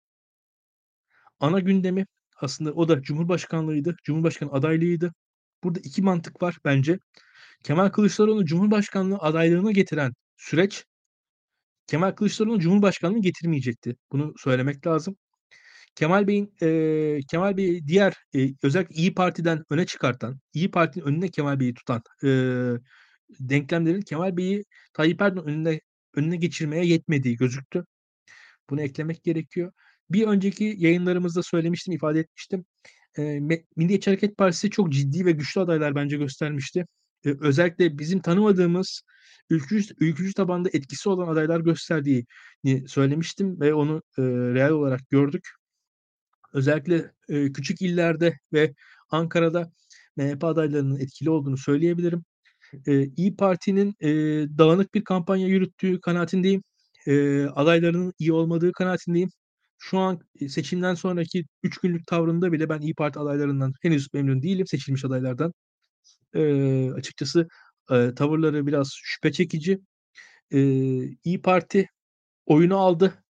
ana gündemi aslında o da cumhurbaşkanlığıydı. Cumhurbaşkanı adaylığıydı. Burada iki mantık var bence. Kemal Kılıçdaroğlu'nu cumhurbaşkanlığı adaylığına getiren süreç Kemal Kılıçdaroğlu'nu cumhurbaşkanlığına getirmeyecekti. Bunu söylemek lazım. Kemal Bey'in, eee, Kemal Bey'i diğer, eee, özellikle İYİ Parti'den öne çıkartan, İYİ Parti'nin önüne Kemal Bey'i tutan, eee, denklemlerin Kemal Bey'i Tayyip Erdoğan'ın önüne önüne geçirmeye yetmediği gözüktü. Bunu eklemek gerekiyor. Bir önceki yayınlarımızda söylemiştim, ifade etmiştim. Eee, me Milliyetçi Hareket Partisi çok ciddi ve güçlü adaylar bence göstermişti. Eee, özellikle bizim tanımadığımız ülkücü ülkücü tabanda etkisi olan adaylar gösterdiğini söylemiştim ve onu, eee, reel olarak gördük. Özellikle, eee, küçük illerde ve Ankara'da M H P adaylarının etkili olduğunu söyleyebilirim. Eee, İYİ Parti'nin, eee, dağınık bir kampanya yürüttüğü kanaatindeyim. Eee, adaylarının iyi olmadığı kanaatindeyim. Şu an, eee, seçimden sonraki üç günlük tavrında bile ben İYİ Parti adaylarından henüz memnun değilim, seçilmiş adaylardan. Eee, açıkçası, eee, tavırları biraz şüphe çekici. Eee, İYİ Parti oyunu aldı.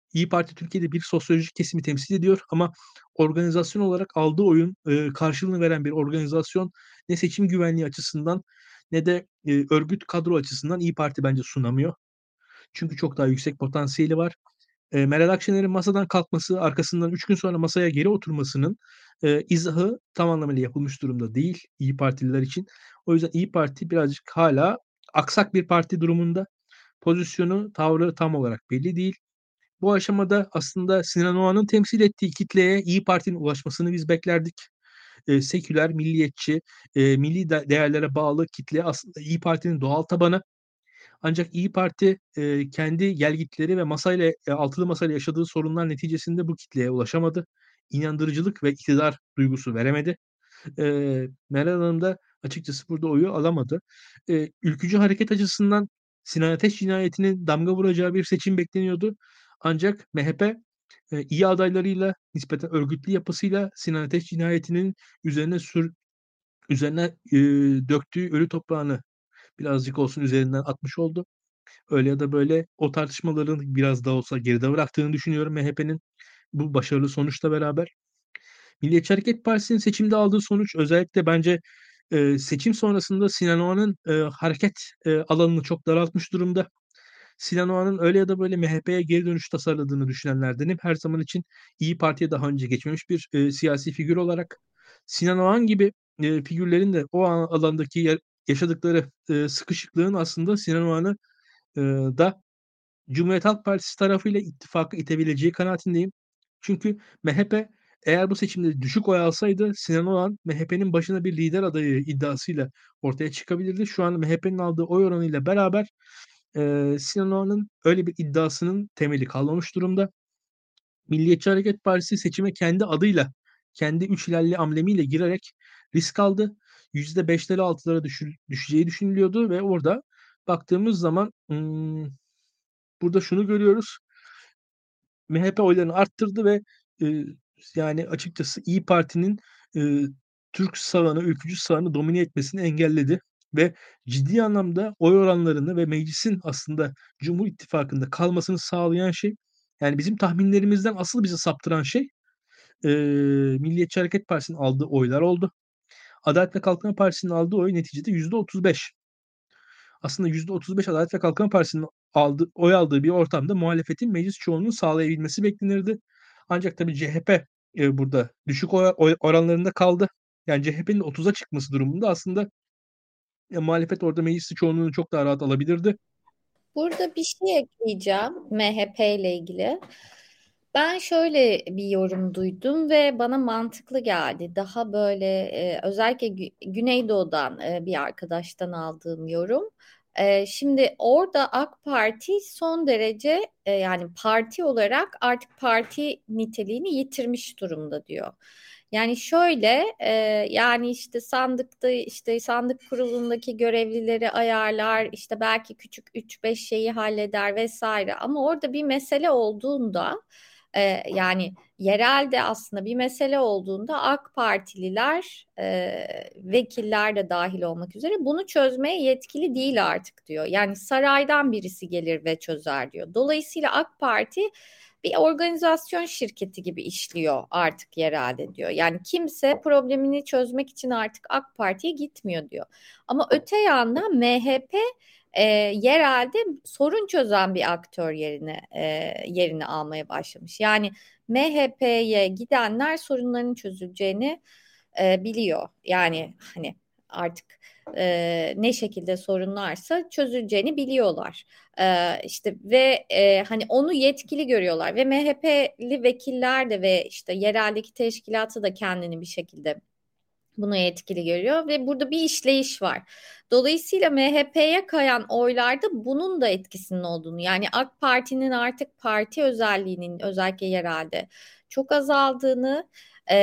İYİ Parti Türkiye'de bir sosyolojik kesimi temsil ediyor ama organizasyon olarak aldığı oyun, eee, karşılığını veren bir organizasyon ne seçim güvenliği açısından ne de, eee, örgüt kadro açısından İYİ Parti bence sunamıyor. Çünkü çok daha yüksek potansiyeli var. Eee, Meral Akşener'in masadan kalkması, arkasından üç gün sonra masaya geri oturmasının, eee, izahı tam anlamıyla yapılmış durumda değil İYİ Partililer için. O yüzden İYİ Parti birazcık hâlâ aksak bir parti durumunda. Pozisyonu, tavrı tam olarak belli değil. Bu aşamada aslında Sinan Oğan'ın temsil ettiği kitleye İYİ Parti'nin ulaşmasını biz beklerdik. Eee, seküler, milliyetçi, eee, milli de değerlere bağlı kitle aslında İYİ Parti'nin doğal tabanı. Ancak İYİ Parti, eee, kendi gelgitleri ve masayla, eee, altılı masayla yaşadığı sorunlar neticesinde bu kitleye ulaşamadı. İnandırıcılık ve iktidar duygusu veremedi. Eee, Meral Hanım da açıkçası burada oyu alamadı. Eee, ülkücü hareket açısından Sinan Ateş cinayetinin damga vuracağı bir seçim bekleniyordu. Ancak M H P, eee, iyi adaylarıyla, nispeten örgütlü yapısıyla Sinan Ateş cinayetinin üzerine sür üzerine, eee, döktüğü ölü toprağını birazcık olsun üzerinden atmış oldu. Öyle ya da böyle o tartışmaların biraz da olsa geride bıraktığını düşünüyorum M H P'nin bu başarılı sonuçla beraber. Milliyetçi Hareket Partisi'nin seçimde aldığı sonuç özellikle bence, eee, seçim sonrasında Sinan Oğan'ın, eee, hareket, eee, alanını çok daraltmış durumda. Sinan Oğan'ın öyle ya da böyle M H P'ye geri dönüş tasarladığını düşünenlerdenim. Her zaman için İYİ Parti'ye daha önce geçmemiş bir, eee, siyasi figür olarak. Sinan Oğan gibi, eee, figürlerin de o a alandaki ya yaşadıkları, eee, sıkışıklığın aslında Sinan Oğan'ı, eee, da Cumhuriyet Halk Partisi tarafıyla ittifaka itebileceği kanaatindeyim. Çünkü M H P eğer bu seçimde düşük oy alsaydı Sinan Oğan M H P'nin başına bir lider adayı iddiasıyla ortaya çıkabilirdi. Şu an M H P'nin aldığı oy oranıyla beraber, eee, Sinan Oğan'ın öyle bir iddiasının temeli kalmamış durumda. Milliyetçi Hareket Partisi seçime kendi adıyla, kendi üç hilalli amblemiyle girerek risk aldı. yüzde beşlere altılara düşür düşeceği düşünülüyordu ve orada baktığımız zaman, ımm, burada şunu görüyoruz. M H P oylarını arttırdı ve, eee, yani, açıkçası İYİ Parti'nin, eee, Türk sağını, ülkücü sağını domine etmesini engelledi ve ciddi anlamda oy oranlarını ve meclisin aslında Cumhur İttifakı'nda kalmasını sağlayan şey, yani, bizim tahminlerimizden asıl bizi saptıran şey, eee, Milliyetçi Hareket Partisi'nin aldığı oylar oldu. Adalet ve Kalkınma Partisi'nin aldığı oy neticede yüzde otuz beş. Aslında yüzde otuz beş Adalet ve Kalkınma Partisi'nin aldığı oy aldığı bir ortamda muhalefetin meclis çoğunluğunu sağlayabilmesi beklenirdi. Ancak tabii C H P, eee, burada düşük oy oy oranlarında kaldı. Yani C H P'nin otuza çıkması durumunda aslında, eee, muhalefet orada meclis çoğunluğunu çok daha rahat alabilirdi. Burada bir şey ekleyeceğim M H P ile ilgili. Ben şöyle bir yorum duydum ve bana mantıklı geldi. Daha böyle e, özellikle Gü- Güneydoğu'dan e, bir arkadaştan aldığım yorum. E, şimdi orada AK Parti son derece e, yani parti olarak artık parti niteliğini yitirmiş durumda diyor. Yani şöyle e, yani işte sandıkta işte sandık kurulundaki görevlileri ayarlar işte belki küçük üç beş şeyi halleder vesaire ama orada bir mesele olduğunda e, yani yerelde aslında bir mesele olduğunda AK Partililer e, vekiller de dahil olmak üzere bunu çözmeye yetkili değil artık diyor. Yani saraydan birisi gelir ve çözer diyor. Dolayısıyla AK Parti bir organizasyon şirketi gibi işliyor artık yerelde diyor. Yani kimse problemini çözmek için artık AK Parti'ye gitmiyor diyor. Ama öte yandan M H P e, yerelde sorun çözen bir aktör yerine e, yerini almaya başlamış. Yani M H P'ye gidenler sorunların çözüleceğini e, biliyor. Yani hani artık e, ne şekilde sorunlarsa çözüleceğini biliyorlar. E, işte ve e, hani onu yetkili görüyorlar ve M H P'li vekiller de ve işte yereldeki teşkilatı da kendini bir şekilde bunu etkili görüyor ve burada bir işleyiş var. Dolayısıyla M H P'ye kayan oylarda bunun da etkisinin olduğunu yani AK Parti'nin artık parti özelliğinin özellikle yerelde çok azaldığını e,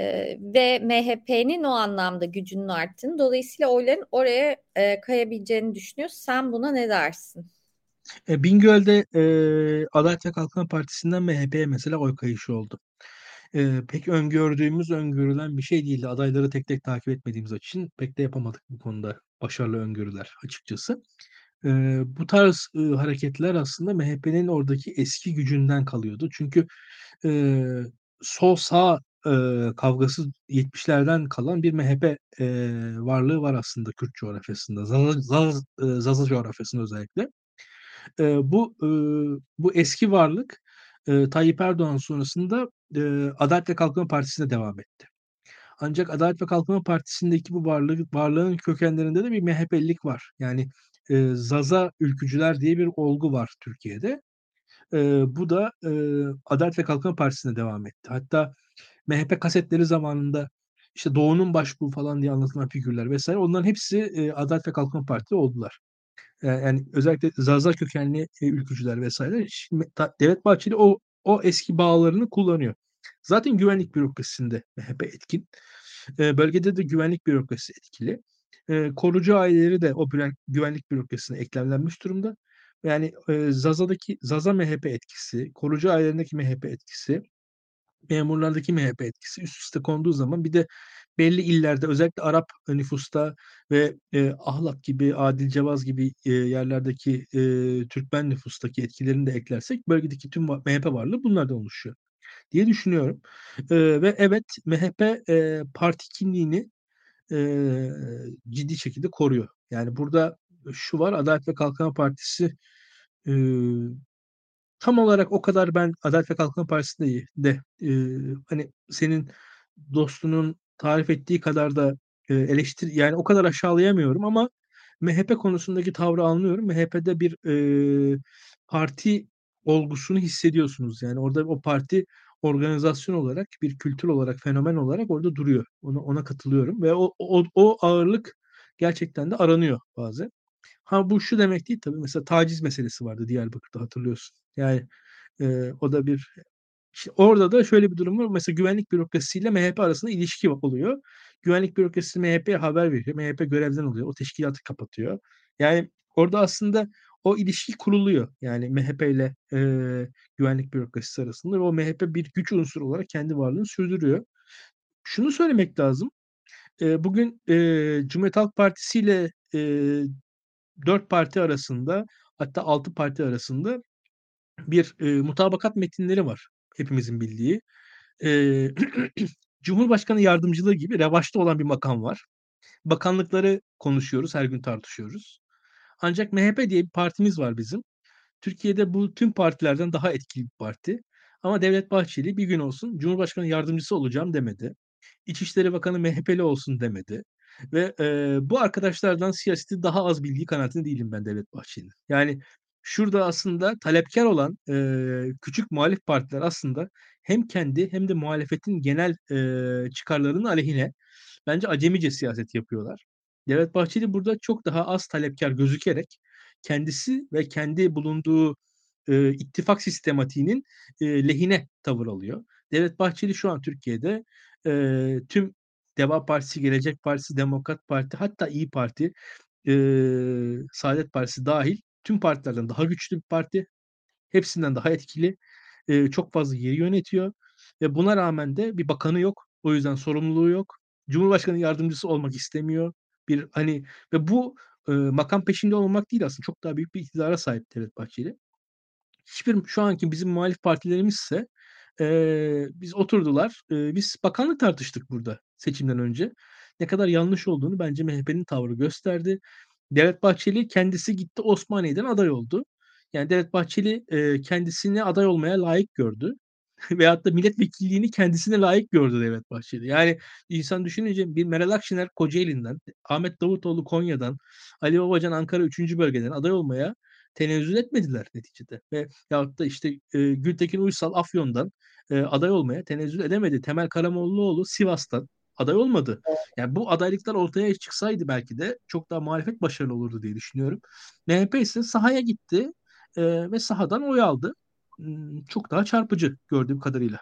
ve M H P'nin o anlamda gücünün arttığını dolayısıyla oyların oraya e, kayabileceğini düşünüyor. Sen buna ne dersin? Eee, Bingöl'de, eee, Adalet ve Kalkınma Partisi'nden M H P'ye mesela oy kayışı oldu. Eee, pek öngördüğümüz, öngörülen bir şey değildi. Adayları tek tek takip etmediğimiz için pek de yapamadık bu konuda başarılı öngörüler açıkçası. E, bu tarz e, hareketler aslında M H P'nin oradaki eski gücünden kalıyordu. Çünkü e, sol sağ e, kavgası yetmişlerden kalan bir M H P e, varlığı var aslında Kürt coğrafyasında. Zaza, Zaza, e, Zaza coğrafyasında özellikle. E, bu e, bu eski varlık e, Tayyip Erdoğan sonrasında e, Adalet ve Kalkınma Partisi'ne devam etti. Ancak Adalet ve Kalkınma Partisi'ndeki bu varlık, varlığın kökenlerinde de bir M H P'lilik var. Yani e, Zaza ülkücüler diye bir olgu var Türkiye'de. E, bu da e, Adalet ve Kalkınma Partisi'ne devam etti. Hatta M H P kasetleri zamanında işte Doğu'nun başbuğu falan diye anlatılan figürler vesaire onların hepsi e, Adalet ve Kalkınma Partisi oldular. E, yani özellikle Zaza kökenli e, ülkücüler vesaire. Şimdi, ta- Devlet Bahçeli o o eski bağlarını kullanıyor. Zaten güvenlik bürokrasisinde M H P etkin. E, bölgede de güvenlik bürokrasisi etkili. E, korucu aileleri de o büren- güvenlik bürokrasisine eklemlenmiş durumda. Yani e, Zaza'daki Zaza M H P etkisi, korucu ailelerindeki M H P etkisi, memurlardaki M H P etkisi üst üste konduğu zaman bir de belli illerde özellikle Arap nüfusta ve e, Ahlat gibi, Adil Cevaz gibi e, yerlerdeki e, Türkmen nüfustaki etkilerini de eklersek bölgedeki tüm va- M H P varlığı bunlardan oluşuyor diye düşünüyorum. E, ve evet M H P e, parti kimliğini e, ciddi şekilde koruyor. Yani burada şu var Adalet ve Kalkınma Partisi e, tam olarak o kadar ben Adalet ve Kalkınma Partisi'nde de e, hani senin dostunun tarif ettiği kadar da e, eleştir yani o kadar aşağılayamıyorum ama M H P konusundaki tavrı anlıyorum. M H P'de bir e, parti olgusunu hissediyorsunuz. Yani orada o parti organizasyon olarak bir kültür olarak fenomen olarak orada duruyor. Ona, ona katılıyorum ve o, o, o ağırlık gerçekten de aranıyor bazen. Ha bu şu demek değil tabii. Mesela taciz meselesi vardı Diyarbakır'da hatırlıyorsun. Yani e, o da bir işte orada da şöyle bir durum var. Mesela güvenlik bürokrasisiyle M H P arasında ilişki oluyor. Güvenlik bürokrasisi M H P'ye haber veriyor. M H P görevden oluyor. O teşkilatı kapatıyor. Yani orada aslında o ilişki kuruluyor. Yani M H P ile e, güvenlik bürokrasisi arasında ve o M H P bir güç unsuru olarak kendi varlığını sürdürüyor. Şunu söylemek lazım. E, bugün e, Cumhuriyet Halk Partisi ile e, dört parti arasında hatta altı parti arasında bir e, mutabakat metinleri var. Hepimizin bildiği. E, Cumhurbaşkanı yardımcılığı gibi revaçta olan bir makam var. Bakanlıkları konuşuyoruz, her gün tartışıyoruz. Ancak M H P diye bir partimiz var bizim. Türkiye'de bu tüm partilerden daha etkili bir parti. Ama Devlet Bahçeli bir gün olsun Cumhurbaşkanı yardımcısı olacağım demedi. İçişleri Bakanı M H P'li olsun demedi. Ve e, bu arkadaşlardan siyaseti daha az bildiği kanaatinde değilim ben Devlet Bahçeli'nin. Yani şurada aslında talepkar olan e, küçük muhalif partiler aslında hem kendi hem de muhalefetin genel e, çıkarlarının aleyhine bence acemice siyaset yapıyorlar. Devlet Bahçeli burada çok daha az talepkar gözükerek kendisi ve kendi bulunduğu e, ittifak sistematiğinin e, lehine tavır alıyor. Devlet Bahçeli şu an Türkiye'de e, tüm Deva Partisi, Gelecek Partisi, Demokrat Parti hatta İyi Parti, e, Saadet Partisi dahil tüm partilerden daha güçlü bir parti. Hepsinden daha etkili. E, çok fazla yeri yönetiyor. Ve buna rağmen de bir bakanı yok. O yüzden sorumluluğu yok. Cumhurbaşkanı yardımcısı olmak istemiyor. Bir hani ve bu e, makam peşinde olmamak değil aslında. Çok daha büyük bir iktidara sahip Devlet Bahçeli. Hiçbir şu anki bizim muhalif partilerimiz ise e, biz oturdular. E, biz bakanlık tartıştık burada seçimden önce. Ne kadar yanlış olduğunu bence M H P'nin tavrı gösterdi. Devlet Bahçeli kendisi gitti Osmaniye'den aday oldu. Yani Devlet Bahçeli e, kendisini aday olmaya layık gördü. Veyahut da milletvekilliğini kendisine layık gördü Devlet Bahçeli. Yani insan düşününce bir Meral Akşener Kocaeli'nden, Ahmet Davutoğlu Konya'dan, Ali Babacan Ankara üçüncü bölgeden aday olmaya tenezzül etmediler neticede. Ve yahut da işte e, Gültekin Uysal Afyon'dan e, aday olmaya tenezzül edemedi. Temel Karamollaoğlu Sivas'tan aday olmadı. Yani bu adaylıklar ortaya çıksaydı belki de çok daha muhalefet başarılı olurdu diye düşünüyorum. M H P ise sahaya gitti e, ve sahadan oy aldı. Hmm, Çok daha çarpıcı gördüğüm kadarıyla.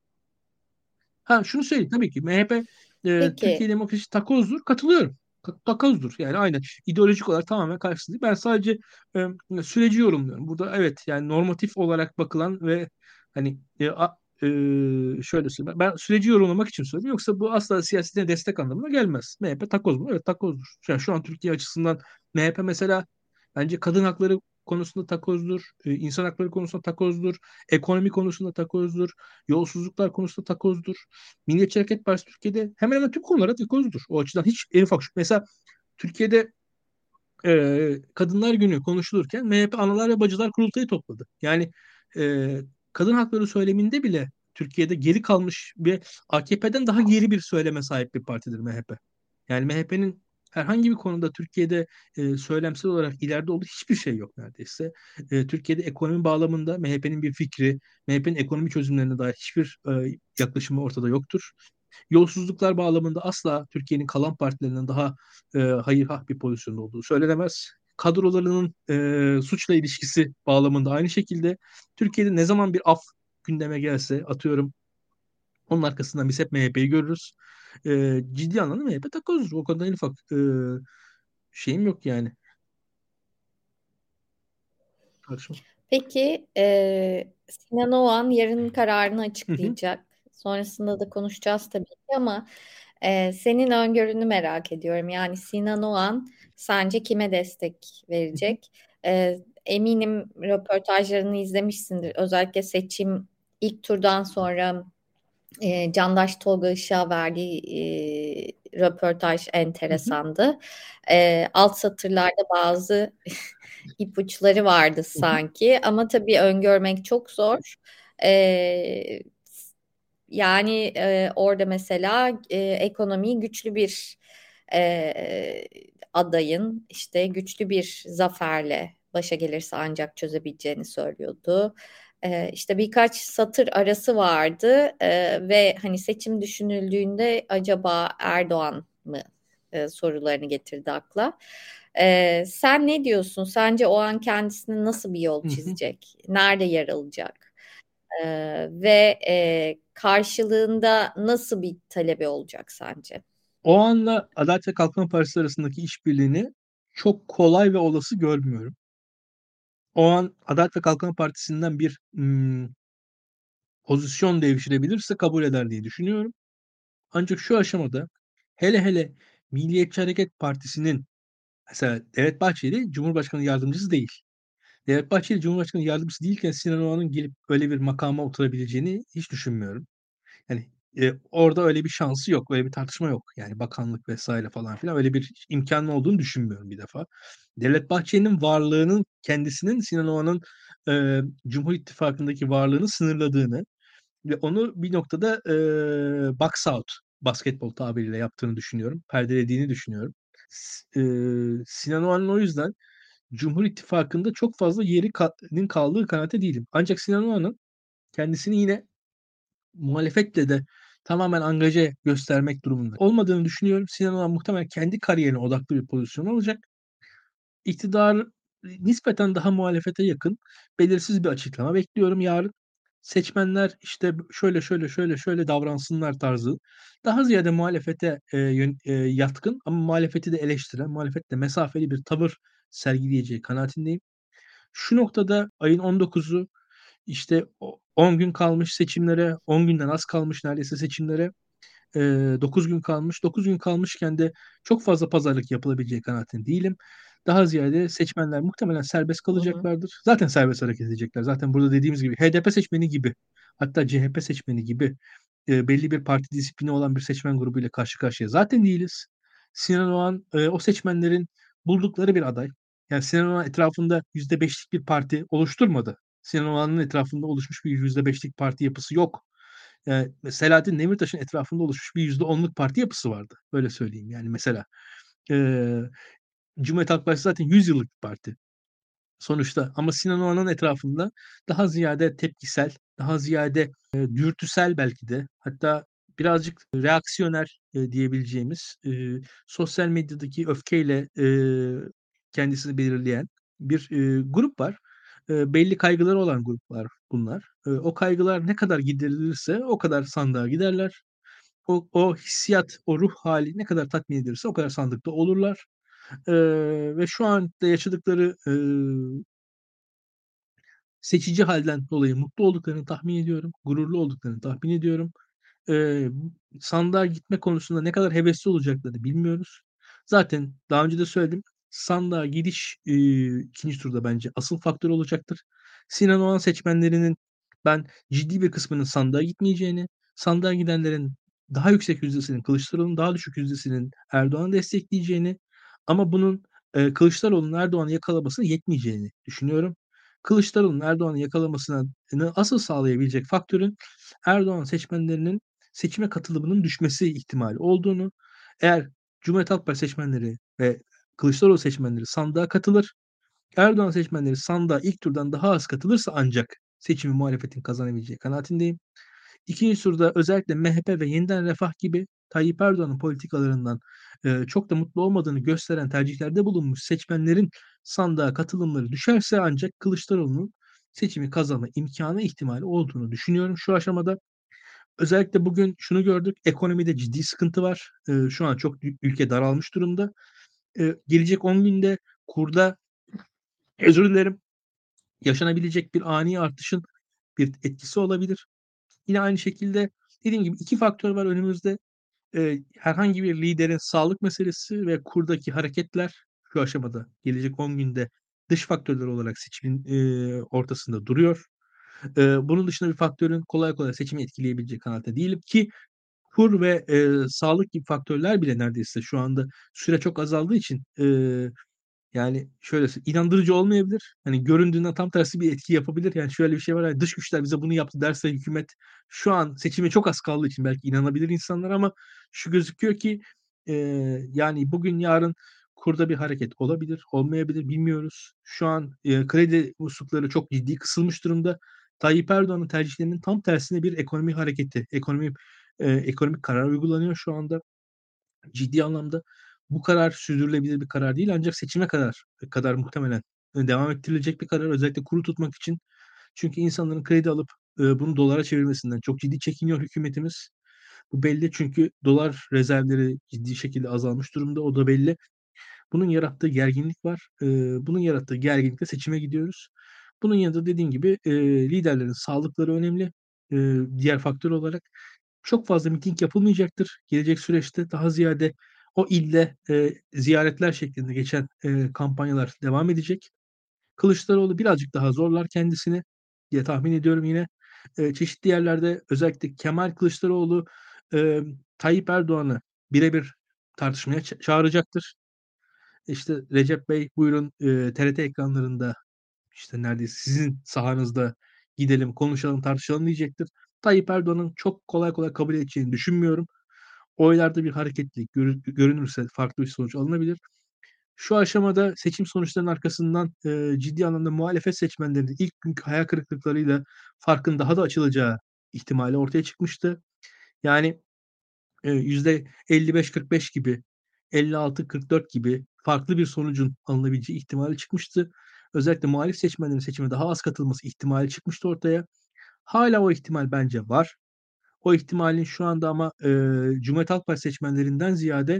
Ha şunu söyleyeyim tabii ki M H P e, Türkiye Peki, Demokrasi takozdur. Katılıyorum. Ka- Takozdur. Yani aynen ideolojik olarak tamamen karşısındayım. Ben sadece e, süreci yorumluyorum. Burada evet yani normatif olarak bakılan ve hani e, a- e, şöyle söyleyeyim. Ben süreci yorumlamak için söylüyorum. Yoksa bu asla siyasetine destek anlamına gelmez. M H P takoz mu? Evet takozdur. Yani şu an Türkiye açısından M H P mesela Bence kadın hakları konusunda takozdur, e, insan hakları konusunda takozdur, ekonomi konusunda takozdur, yolsuzluklar konusunda takozdur. Milliyetçi Hareket Partisi Türkiye'de hemen hemen tüm konulara takozdur. O açıdan hiç en ufak şüphe. Mesela Türkiye'de e, Kadınlar Günü konuşulurken M H P Analar ve Bacılar Kurultayı topladı. Yani e, kadın hakları söyleminde bile Türkiye'de geri kalmış ve A K P'den daha geri bir söyleme sahip bir partidir M H P. Yani M H P'nin herhangi bir konuda Türkiye'de e, söylemsel olarak ileride olduğu hiçbir şey yok neredeyse. E, Türkiye'de ekonomi bağlamında M H P'nin bir fikri, M H P'nin ekonomi çözümlerine dair hiçbir e, yaklaşımı ortada yoktur. Yolsuzluklar bağlamında asla Türkiye'nin kalan partilerinden daha e, hayırhah bir pozisyonda olduğu söylenemez. Kadrolarının e, suçla ilişkisi bağlamında aynı şekilde Türkiye'de ne zaman bir af gündeme gelse atıyorum onun arkasından biz hep M H P'yi görürüz. E, ciddi anlamda M H P takozdur. O konuda en ufak e, şeyim yok yani. Karışma. Peki e, Sinan Oğan yarın kararını Hı hı, açıklayacak. Sonrasında da konuşacağız tabii ki ama e, senin öngörünü merak ediyorum. Yani Sinan Oğan sence kime destek hı hı, verecek? E, eminim röportajlarını izlemişsindir. Özellikle seçim ilk turdan sonra e, Candaş Tolga Işık'a verdiği e, röportaj hı hı, enteresandı. E, alt satırlarda bazı ipuçları vardı hı hı. sanki ama tabii öngörmek çok zor. E, yani e, orada mesela e, ekonomiyi güçlü bir e, adayın işte güçlü bir zaferle başa gelirse ancak çözebileceğini söylüyordu. E, işte birkaç satır arası vardı e, ve hani seçim düşünüldüğünde acaba Erdoğan mı e, sorularını getirdi akla. E, sen ne diyorsun? Sence o an kendisine nasıl bir yol Hı hı. çizecek? Nerede yer alacak? Ee, ve e, karşılığında nasıl bir talebi olacak sence? O anla Adalet ve Kalkınma Partisi arasındaki işbirliğini çok kolay ve olası görmüyorum. O an Adalet ve Kalkınma Partisi'nden bir hmm, pozisyon devşirebilirse kabul eder diye düşünüyorum. Ancak şu aşamada hele hele Milliyetçi Hareket Partisi'nin mesela Devlet Bahçeli Cumhurbaşkanı yardımcısı değil. Devlet Bahçeli Cumhurbaşkanı yardımcısı değilken Sinan Oğan'ın gelip öyle bir makama oturabileceğini hiç düşünmüyorum. Yani e, orada öyle bir şansı yok, öyle bir tartışma yok. Yani bakanlık vesaire falan filan öyle bir imkanı olduğunu düşünmüyorum bir defa. Devlet Bahçeli'nin varlığının kendisinin Sinan Oğan'ın e, Cumhur İttifakı'ndaki varlığını sınırladığını ve onu bir noktada e, box out basketbol tabiriyle yaptığını düşünüyorum. Perdelediğini düşünüyorum. S- e, Sinan Oğan'ın o yüzden Cumhur İttifakı'nda çok fazla yeri ka- kaldığı kanaate değilim. Ancak Sinan Oğan'ın kendisini yine muhalefetle de tamamen angaje göstermek durumunda olmadığını düşünüyorum. Sinan Oğan muhtemelen kendi kariyerine odaklı bir pozisyon alacak. İktidar nispeten daha muhalefete yakın belirsiz bir açıklama bekliyorum yarın. Seçmenler işte şöyle şöyle şöyle şöyle davransınlar tarzı. Daha ziyade muhalefete e, yön- e, yatkın ama muhalefeti de eleştiren, muhalefetle mesafeli bir tavır sergileyeceği kanaatindeyim. Şu noktada ayın on dokuzu işte o- on gün kalmış seçimlere, on günden az kalmış neredeyse seçimlere. E, dokuz gün kalmış. dokuz gün kalmışken de çok fazla pazarlık yapılabileceği kanaatinde değilim. Daha ziyade seçmenler muhtemelen serbest Hı hı. kalacaklardır. Zaten serbest hareket edecekler. Zaten burada dediğimiz gibi H D P seçmeni gibi hatta C H P seçmeni gibi e, belli bir parti disiplini olan bir seçmen grubuyla karşı karşıya zaten değiliz. Sinan Oğan e, o seçmenlerin buldukları bir aday. Yani Sinan Oğan etrafında yüzde beşlik bir parti oluşturmadı. Sinan Oğan'ın etrafında oluşmuş bir yüzde beşlik parti yapısı yok. Yani Selahattin Demirtaş'ın etrafında oluşmuş bir yüzde onluk parti yapısı vardı. Böyle söyleyeyim yani mesela. Ee, Cumhuriyet Halk Partisi zaten yüz yıllık bir parti sonuçta. Ama Sinan Oğan'ın etrafında daha ziyade tepkisel, daha ziyade e, dürtüsel belki de hatta birazcık reaksiyoner e, diyebileceğimiz e, sosyal medyadaki öfkeyle e, kendisini belirleyen bir e, grup var. E, belli kaygıları olan gruplar bunlar. E, o kaygılar ne kadar giderilirse o kadar sandığa giderler. O, o hissiyat, o ruh hali ne kadar tatmin edilirse o kadar sandıkta olurlar. E, ve şu anda yaşadıkları e, seçici halden dolayı mutlu olduklarını tahmin ediyorum. Gururlu olduklarını tahmin ediyorum. Ee, sandığa gitme konusunda ne kadar hevesli olacaklarını bilmiyoruz. Zaten daha önce de söyledim. sandığa gidiş e, ikinci turda bence asıl faktör olacaktır. Sinan Oğan seçmenlerinin ben ciddi bir kısmının sandığa gitmeyeceğini, sandığa gidenlerin daha yüksek yüzdesinin Kılıçdaroğlu'nun, daha düşük yüzdesinin Erdoğan'ı destekleyeceğini ama bunun e, Kılıçdaroğlu'nun Erdoğan'ı yakalamasına yetmeyeceğini düşünüyorum. Kılıçdaroğlu'nun Erdoğan'ı yakalamasına asıl sağlayabilecek faktörün Erdoğan seçmenlerinin seçime katılımının düşmesi ihtimali olduğunu, eğer Cumhuriyet Halk Partisi seçmenleri ve Kılıçdaroğlu seçmenleri sandığa katılır, Erdoğan seçmenleri sandığa ilk turdan daha az katılırsa ancak seçimi muhalefetin kazanabileceği kanaatindeyim. İkinci turda özellikle M H P ve Yeniden Refah gibi Tayyip Erdoğan'ın politikalarından e, çok da mutlu olmadığını gösteren tercihlerde bulunmuş seçmenlerin sandığa katılımları düşerse ancak Kılıçdaroğlu'nun seçimi kazanma imkanı ihtimali olduğunu düşünüyorum şu aşamada. Özellikle bugün şunu gördük, ekonomide ciddi sıkıntı var. E, şu an çok ülke daralmış durumda. E, gelecek on günde kurda, özür dilerim, yaşanabilecek bir ani artışın bir etkisi olabilir. Yine aynı şekilde dediğim gibi iki faktör var önümüzde. Ee, herhangi bir liderin sağlık meselesi ve kurdaki hareketler şu aşamada gelecek on günde dış faktörler olarak seçimin e, ortasında duruyor. Ee, bunun dışında bir faktörün kolay kolay seçimi etkileyebilecek kanaatte değilim ki kur ve e, sağlık gibi faktörler bile neredeyse şu anda süre çok azaldığı için e, yani şöyle sö- inandırıcı olmayabilir. Hani göründüğünden tam tersi bir etki yapabilir. Yani şöyle bir şey var. Yani dış güçler bize bunu yaptı derse hükümet şu an seçime çok az kaldığı için belki inanabilir insanlar ama şu gözüküyor ki e, yani bugün yarın kurda bir hareket olabilir, olmayabilir bilmiyoruz. Şu an e, kredi muslukları çok ciddi kısılmış durumda. Tayyip Erdoğan'ın tercihlerinin tam tersine bir ekonomi hareketi, ekonomi e, ekonomik karar uygulanıyor şu anda ciddi anlamda. Bu karar sürdürülebilir bir karar değil ancak seçime kadar kadar muhtemelen e, devam ettirilecek bir karar. Özellikle kuru tutmak için. Çünkü insanların kredi alıp e, bunu dolara çevirmesinden çok ciddi çekiniyor hükümetimiz. Bu belli çünkü dolar rezervleri ciddi şekilde azalmış durumda. O da belli. Bunun yarattığı gerginlik var. E, bunun yarattığı gerginlikle seçime gidiyoruz. Bunun yanında dediğim gibi e, liderlerin sağlıkları önemli. E, diğer faktör olarak çok fazla miting yapılmayacaktır. Gelecek süreçte daha ziyade o ilde e, ziyaretler şeklinde geçen e, kampanyalar devam edecek. Kılıçdaroğlu birazcık daha zorlar kendisini diye tahmin ediyorum yine. E, çeşitli yerlerde özellikle Kemal Kılıçdaroğlu e, Tayyip Erdoğan'ı birebir tartışmaya ça- çağıracaktır. İşte Recep Bey buyurun e, T R T ekranlarında işte neredeyse sizin sahanızda gidelim, konuşalım, tartışalım diyecektir. Tayyip Erdoğan'ın çok kolay kolay kabul edeceğini düşünmüyorum. Oylarda bir hareketlilik görü- görünürse farklı bir sonuç alınabilir. Şu aşamada seçim sonuçlarının arkasından e, ciddi anlamda muhalefet seçmenlerinin ilk günkü hayal kırıklıklarıyla farkın daha da açılacağı ihtimali ortaya çıkmıştı. Yani e, yüzde elli beş kırk beş gibi, elli altı kırk dört gibi farklı bir sonucun alınabileceği ihtimali çıkmıştı. Özellikle muhalif seçmenlerin seçime daha az katılması ihtimali çıkmıştı ortaya. Hala o ihtimal bence var. O ihtimalin şu anda ama e, Cumhuriyet Halk Partisi seçmenlerinden ziyade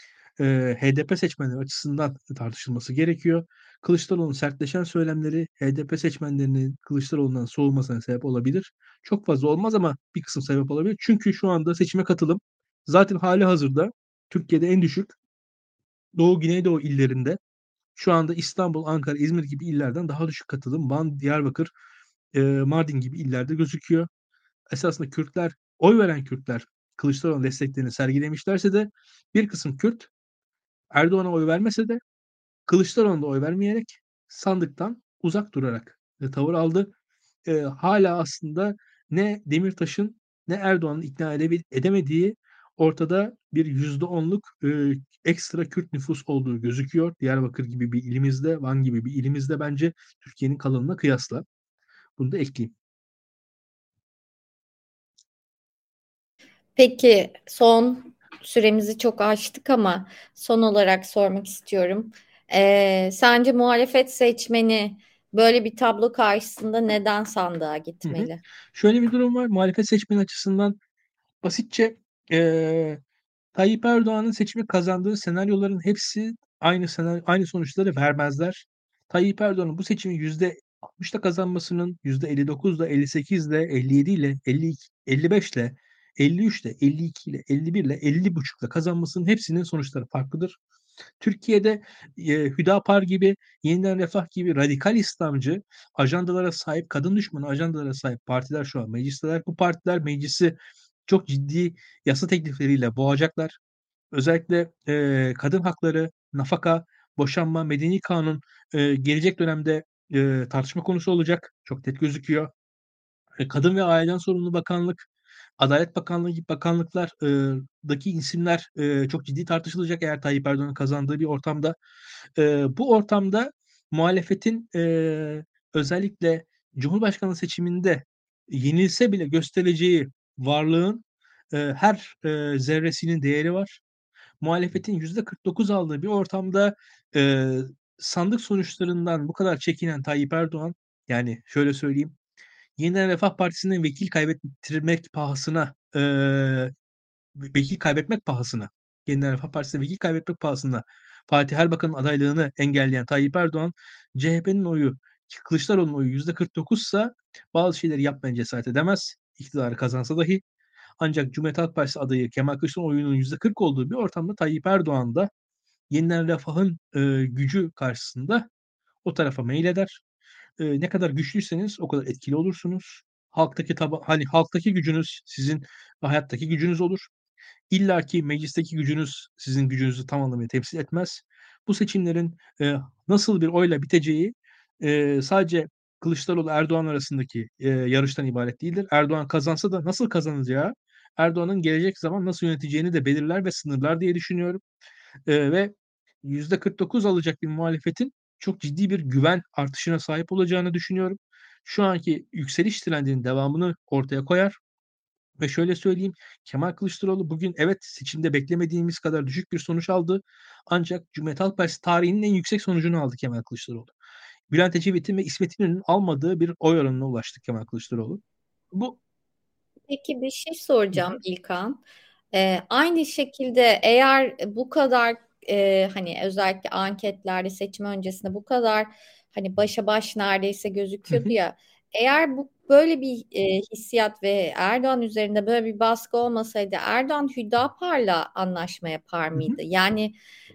e, H D P seçmenleri açısından tartışılması gerekiyor. Kılıçdaroğlu'nun sertleşen söylemleri H D P seçmenlerinin Kılıçdaroğlu'ndan soğumasına sebep olabilir. Çok fazla olmaz ama bir kısım sebep olabilir. Çünkü şu anda seçime katılım zaten hali hazırda Türkiye'de en düşük Doğu Güneydoğu illerinde şu anda İstanbul, Ankara, İzmir gibi illerden daha düşük katılım Van, Diyarbakır, e, Mardin gibi illerde gözüküyor. Esasında Kürtler, oy veren Kürtler Kılıçdaroğlu desteklerini sergilemişlerse de bir kısım Kürt Erdoğan'a oy vermese de Kılıçdaroğlu'na oy vermeyerek sandıktan uzak durarak e, tavır aldı. E, hala aslında ne Demirtaş'ın ne Erdoğan'ın ikna edebil- edemediği ortada bir yüzde onluk e, ekstra Kürt nüfus olduğu gözüküyor. Diyarbakır gibi bir ilimizde, Van gibi bir ilimizde bence Türkiye'nin kalanına kıyasla. Bunu da ekleyeyim. Peki son süremizi çok aştık ama son olarak sormak istiyorum. Ee, sence muhalefet seçmeni böyle bir tablo karşısında neden sandığa Hı hı. gitmeli? Şöyle bir durum var. Muhalefet seçmeni açısından basitçe e, Tayyip Erdoğan'ın seçimi kazandığı senaryoların hepsi aynı senaryo, aynı sonuçları vermezler. Tayyip Erdoğan'ın bu seçimi yüzde altmışta kazanmasının yüzde elli dokuzla, elli sekizle, elli yediyle, elli iki, elli beşle, elli üçle, elli ikiyle, elli birle, elli buçukla kazanmasının hepsinin sonuçları farklıdır. Türkiye'de e, Hüdapar gibi, Yeniden Refah gibi radikal İslamcı ajandalara sahip, kadın düşmanı ajandalara sahip partiler şu an meclisteler. Bu partiler meclisi çok ciddi yasa teklifleriyle boğacaklar. Özellikle e, kadın hakları, nafaka, boşanma, medeni kanun e, gelecek dönemde e, tartışma konusu olacak. Çok net gözüküyor. E, Kadın ve Aileden Sorumlu Bakanlık, Adalet Bakanlığı gibi bakanlıklardaki isimler e, çok ciddi tartışılacak eğer Tayyip Erdoğan'ın kazandığı bir ortamda. E, bu ortamda muhalefetin e, özellikle Cumhurbaşkanlığı seçiminde yenilse bile göstereceği varlığın e, her e, zerresinin değeri var. Muhalefetin yüzde kırk dokuz aldığı bir ortamda e, sandık sonuçlarından bu kadar çekinen Tayyip Erdoğan, yani şöyle söyleyeyim, Yeniden Refah Partisi'nin vekil kaybettirmek pahasına, eee, vekil kaybetmek pahasına, Yeniden Refah Partisi'ne vekil kaybetmek pahasına Fatih Erbakan'ın adaylığını engelleyen Tayyip Erdoğan, C H P'nin oyu, Kılıçdaroğlu'nun oyu yüzde kırk dokuzsa bazı şeyleri yapmaya cesaret edemez, iktidarı kazansa dahi. Ancak Cumhuriyet Halk Partisi adayı Kemal Kılıçdaroğlu oyunun yüzde kırk olduğu bir ortamda Tayyip Erdoğan da Yeniden Refah'ın eee, gücü karşısında o tarafa meyleder. Eee, ne kadar güçlüyseniz o kadar etkili olursunuz. Halktaki taba hani halktaki gücünüz sizin hayattaki gücünüz olur. İllaki meclisteki gücünüz sizin gücünüzü tam anlamıyla temsil etmez. Bu seçimlerin eee, nasıl bir oyla biteceği eee, sadece Kılıçdaroğlu Erdoğan arasındaki eee, yarıştan ibaret değildir. Erdoğan kazansa da nasıl kazanacağı, Erdoğan'ın gelecek zaman nasıl yöneteceğini de belirler ve sınırlar diye düşünüyorum. Eee, ve yüzde kırk dokuz alacak bir muhalefetin çok ciddi bir güven artışına sahip olacağını düşünüyorum. Şu anki yükseliş trendinin devamını ortaya koyar ve şöyle söyleyeyim, Kemal Kılıçdaroğlu bugün evet seçimde beklemediğimiz kadar düşük bir sonuç aldı. Ancak Cumhuriyet Halk Partisi tarihinin en yüksek sonucunu aldı Kemal Kılıçdaroğlu. Bülent Ecevit'in ve İsmet İnönü'nün almadığı bir oy oranına ulaştı Kemal Kılıçdaroğlu. Bu Peki bir şey Hı soracağım hı, İlkan. Ee, aynı şekilde eğer bu kadar e, hani özellikle anketlerde seçim öncesinde bu kadar hani başa baş neredeyse hı gözüküyordu hı, ya. Eğer bu böyle bir e, hissiyat ve Erdoğan üzerinde böyle bir baskı olmasaydı Erdoğan Hüdapar'la anlaşma yapar hı hı. mıydı? Yani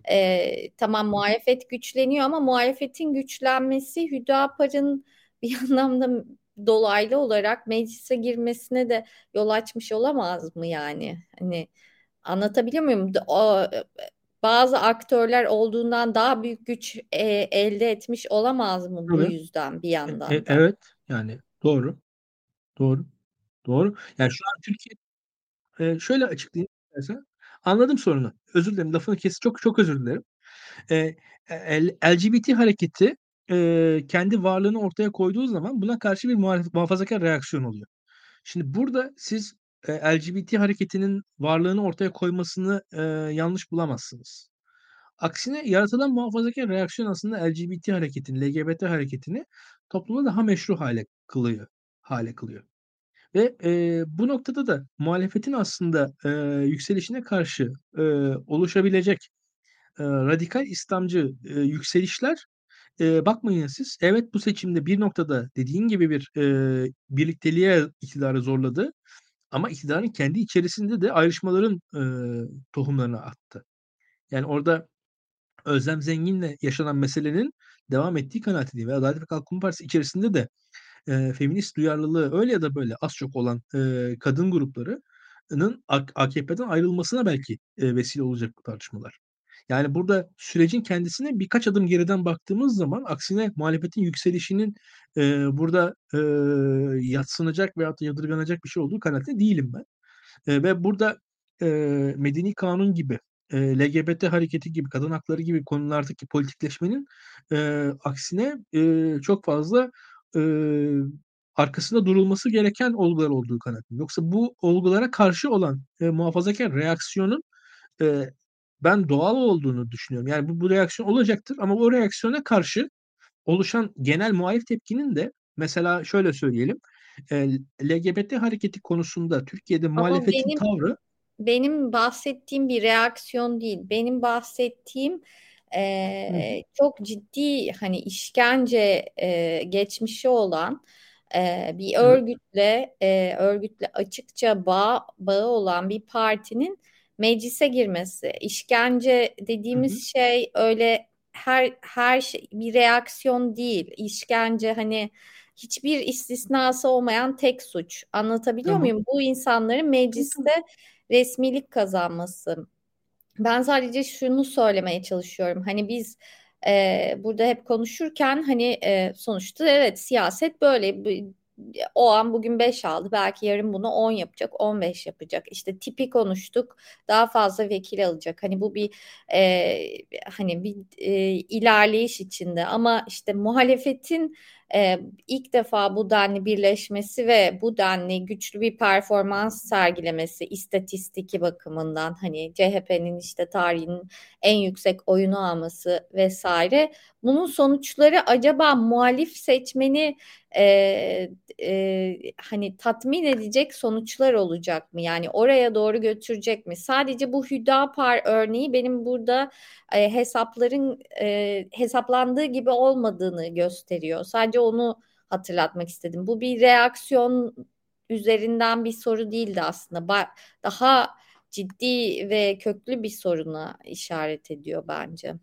e, tamam muhalefet güçleniyor ama muhalefetin güçlenmesi Hüdapar'ın bir anlamda dolaylı olarak meclise girmesine de yol açmış olamaz mı yani? Hani anlatabiliyor muyum? O, bazı aktörler olduğundan daha büyük güç e, elde etmiş olamaz mı bu Tabii. yüzden bir E- e- yandan da? evet, yani doğru, doğru, doğru. Yani şu an Türkiye Eee, şöyle açıklayayım istersen. Anladım sorunu. Özür dilerim, lafını kes çok çok özür dilerim. Eee, el L G B T hareketi, eee, kendi varlığını ortaya koyduğu zaman buna karşı bir muhalef muhafazakâr reaksiyon oluyor. Şimdi burada siz, eee, L G B T hareketinin varlığını ortaya koymasını, eee, yanlış bulamazsınız. Aksine yaratılan muhafazakâr reaksiyon aslında L G B T hareketini, L G B T hareketini toplumda daha meşru hâle kılıyor hâle kılıyor. Ve, eee, bu noktada da muhalefetin aslında, eee, yükselişine karşı, eee, oluşabilecek, eee, radikal İslamcı, eee, yükselişler, eee, bakmayın siz, evet bu seçimde bir noktada dediğin gibi bir, eee, birlikteliğe iktidarı zorladı ama iktidarın kendi içerisinde de ayrışmaların, eee, tohumlarını attı. Yani orada Özlem Zengin'le yaşanan meselenin devam ettiği kanaatindeyim ve Adalet ve Kalkınma Partisi içerisinde de eee, feminist duyarlılığı öyle ya da böyle az çok olan, eee, kadın gruplarının ak A K P'den ayrılmasına belki, eee, vesile olacak bu tartışmalar. Yani burada sürecin kendisine birkaç adım geriden baktığımız zaman aksine muhalefetin yükselişinin, eee, burada, eee, yadsınacak veyahut da yadırganacak bir şey olduğu kanaatinde değilim ben. Eee, ve burada, eee, medeni kanun gibi, eee, L G B T hareketi gibi, kadın hakları gibi konulardaki politikleşmenin, eee, aksine, eee, çok fazla, eee, arkasında durulması gereken olgular olduğu kanaatindeyim. Yoksa bu olgulara karşı olan, eee, muhafazakâr reaksiyonun, eee, ben doğal olduğunu düşünüyorum. Yani bu bu reaksiyon olacaktır ama o reaksiyona karşı oluşan genel muhalif tepkinin de mesela şöyle söyleyelim, eee, L G B T hareketi konusunda Türkiye'de Ama muhalefetin benim tavrı. benim bahsettiğim bir reaksiyon değil. Benim bahsettiğim Hı hı. e, çok ciddi hani işkence e, geçmişi olan e, bir Evet. örgütle e, örgütle açıkça bağ, bağı olan bir partinin meclise girmesi. İşkence Hı hı. dediğimiz şey öyle her her şey bir reaksiyon değil. İşkence hani hiçbir istisnası olmayan tek suç. Anlatabiliyor Tamam. muyum? Bu insanların Tamam, mecliste tamam. resmilik kazanması. Ben sadece şunu söylemeye çalışıyorum. Hani biz e, burada hep konuşurken hani e, sonuçta evet siyaset böyle. Bu- O an bugün beş aldı. Belki yarın bunu on yapacak, on beş yapacak. İşte tipi konuştuk. Daha fazla vekil alacak. Hani bu bir e, hani bir e, ilerleyiş içinde. Ama işte muhalefetin e, ilk defa bu denli birleşmesi ve bu denli güçlü bir performans sergilemesi istatistiki bakımından hani C H P'nin işte tarihinin en yüksek oyunu alması vesaire bunun sonuçları acaba muhalif seçmeni e, e, hani tatmin edecek sonuçlar olacak mı? Yani oraya doğru götürecek mi? Sadece bu Hüdapar örneği benim burada e, hesapların e, hesaplandığı gibi olmadığını gösteriyor. Sadece onu hatırlatmak istedim. Bu bir reaksiyon üzerinden bir soru değildi aslında. Ba- Daha ciddi ve köklü bir soruna işaret ediyor bence.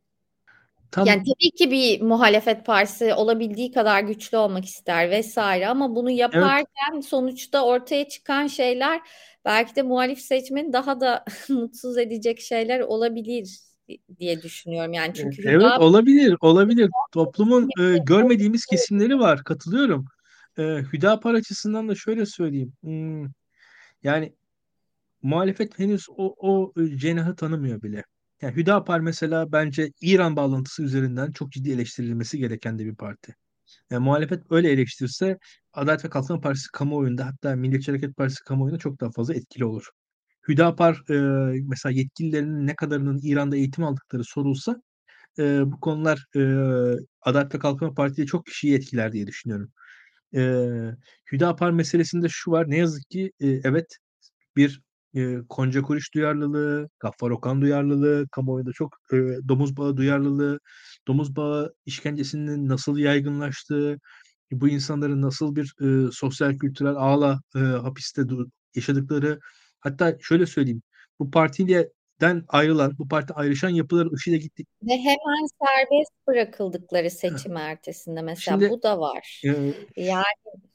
Yani Tam tabii ki bir muhalefet partisi olabildiği kadar güçlü olmak ister vesaire ama bunu evet. yaparken sonuçta ortaya çıkan şeyler belki de muhalif seçmeni daha da mutsuz edecek şeyler olabilir diye düşünüyorum. Yani E, çünkü Evet, Hüdapar olabilir, olabilir. Toplumun e, görmediğimiz kesimleri var. Katılıyorum. E, Hüdapar açısından da şöyle söyleyeyim. Hmm, yani muhalefet henüz o, o e, cenahı tanımıyor bile. Yani Hüdapar mesela bence İran bağlantısı üzerinden çok ciddi eleştirilmesi gereken de bir parti. Yani muhalefet öyle eleştirse Adalet ve Kalkınma Partisi kamuoyunda, hatta Milliyetçi Hareket Partisi kamuoyunda çok daha fazla etkili olur. Hüdapar e, mesela yetkililerinin ne kadarının İran'da eğitim aldıkları sorulsa e, bu konular e, Adalet ve Kalkınma Partisi'yi çok kişiyi etkiler diye düşünüyorum. E, Hüdapar meselesinde şu var. Ne yazık ki e, evet, bir e, Konca Kuruç duyarlılığı, Gaffar Okan duyarlılığı, kamuoyunda çok e, domuz bağı duyarlılığı, domuz bağı işkencesinin nasıl yaygınlaştığı, bu insanların nasıl bir e, sosyal kültürel ağla e, hapiste du- yaşadıkları, hatta şöyle söyleyeyim, bu partiden ayrılan, bu parti ayrışan yapıların ışığıyla gittik. ve hemen serbest bırakıldıkları seçim ertesinde mesela Şimdi bu da var. e, Yani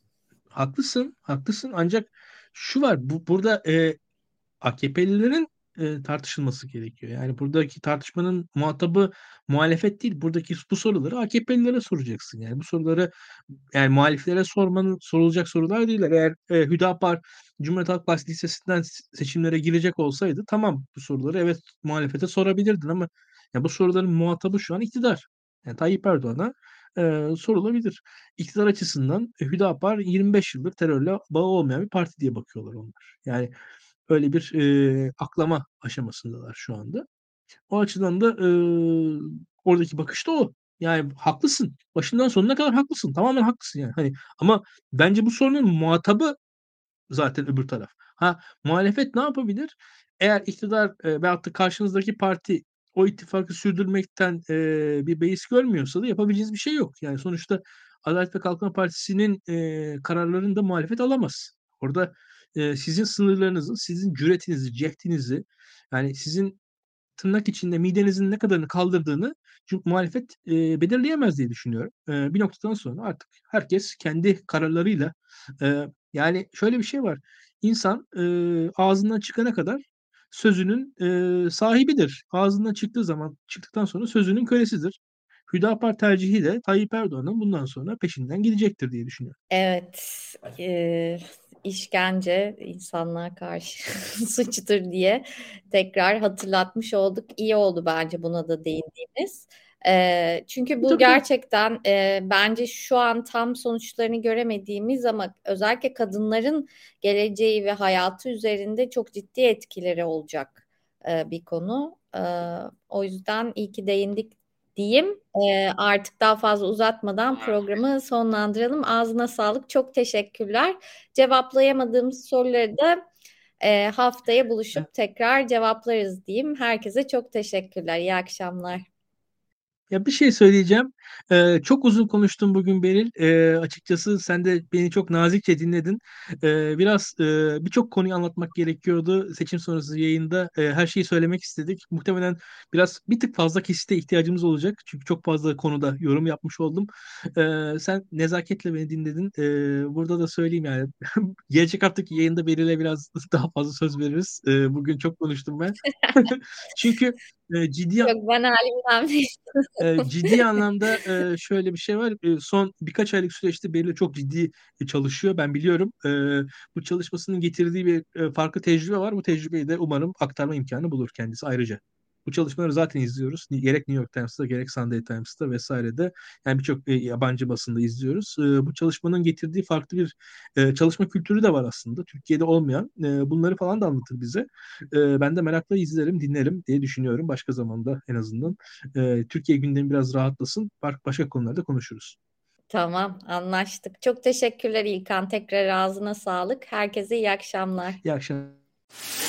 haklısın, haklısın, ancak şu var, bu burada e, A K P'lilerin e, tartışılması gerekiyor. Yani buradaki tartışmanın muhatabı muhalefet değil. Buradaki bu soruları A K P'lilere soracaksın. Yani bu soruları yani muhaliflere sormanın sorulacak sorular değiller. Eğer e, Hüdapar Cumhuriyet Halk Partisi listesinden seçimlere girecek olsaydı tamam, bu soruları evet muhalefete sorabilirdin ama ya bu soruların muhatabı şu an iktidar. Yani Tayyip Erdoğan'a e, sorulabilir. İktidar açısından e, Hüdapar yirmi beş yıldır terörle bağı olmayan bir parti diye bakıyorlar onlar. Yani öyle bir e, aklama aşamasındalar şu anda. O açıdan da e, oradaki bakış da o. Yani haklısın. Başından sonuna kadar haklısın. Tamamen haklısın yani. Hani ama bence bu sorunun muhatabı zaten öbür taraf. Ha, muhalefet ne yapabilir? Eğer iktidar e, veyahut da karşınızdaki parti o ittifakı sürdürmekten e, bir beis görmüyorsa da yapabileceğiniz bir şey yok. Yani sonuçta Adalet ve Kalkınma Partisi'nin e, kararlarını da muhalefet alamaz. Orada e, sizin sınırlarınızı, sizin cüretinizi, cehdinizi, yani sizin tırnak içinde midenizin ne kadarını kaldırdığını çünkü muhalefet e, belirleyemez diye düşünüyorum. E, bir noktadan sonra artık herkes kendi kararlarıyla e, yani şöyle bir şey var. İnsan e, ağzından çıkana kadar sözünün e, sahibidir. Ağzından çıktığı zaman çıktıktan sonra sözünün kölesidir. Hüdapar tercihi de Tayyip Erdoğan'ın bundan sonra peşinden gidecektir diye düşünüyorum. evet, e, işkence insanlığa karşı suçtur diye tekrar hatırlatmış olduk. İyi oldu bence buna da değindiğimiz. E, çünkü bu Tabii, tabii. gerçekten e, bence şu an tam sonuçlarını göremediğimiz ama özellikle kadınların geleceği ve hayatı üzerinde çok ciddi etkileri olacak e, bir konu. E, o yüzden iyi ki değindik diyeyim. Ee, artık daha fazla uzatmadan programı sonlandıralım. Ağzına sağlık. Çok teşekkürler. Cevaplayamadığımız soruları da e, haftaya buluşup tekrar cevaplarız diyeyim. Herkese çok teşekkürler. İyi akşamlar. Ya bir şey söyleyeceğim. Ee, çok uzun konuştum bugün Beril. Ee, açıkçası sen de beni çok nazikçe dinledin. Ee, biraz e, birçok konuyu anlatmak gerekiyordu. Seçim sonrası yayında e, her şeyi söylemek istedik. Muhtemelen biraz bir tık fazla kesite ihtiyacımız olacak. Çünkü çok fazla konuda yorum yapmış oldum. Ee, sen nezaketle beni dinledin. Ee, burada da söyleyeyim yani. Gelecek haftaki yayında Beril'e biraz daha fazla söz veririz. Ee, bugün çok konuştum ben. Çünkü e, ciddi Yok, ben halimden değil. e, ciddi anlamda e, şöyle bir şey var. E, son birkaç aylık süreçte Beril çok ciddi e, çalışıyor. Ben biliyorum. E, bu çalışmasının getirdiği bir e, farklı tecrübe var. Bu tecrübeyi de umarım aktarma imkanı bulur kendisi ayrıca. Bu çalışmaları zaten izliyoruz. Ni- Gerek New York Times'ta gerek Sunday Times'ta vesairede yani birçok e, yabancı basında izliyoruz. E, bu çalışmanın getirdiği farklı bir e, çalışma kültürü de var aslında. Türkiye'de olmayan. E, bunları falan da anlatır bize. E, ben de merakla izlerim, dinlerim diye düşünüyorum. Başka zamanda en azından. Ee, Türkiye gündemi biraz rahatlasın. Farklı başka konularda konuşuruz. Tamam, anlaştık. Çok teşekkürler İlkan. Tekrar ağzına sağlık. Herkese iyi akşamlar. İyi akşamlar.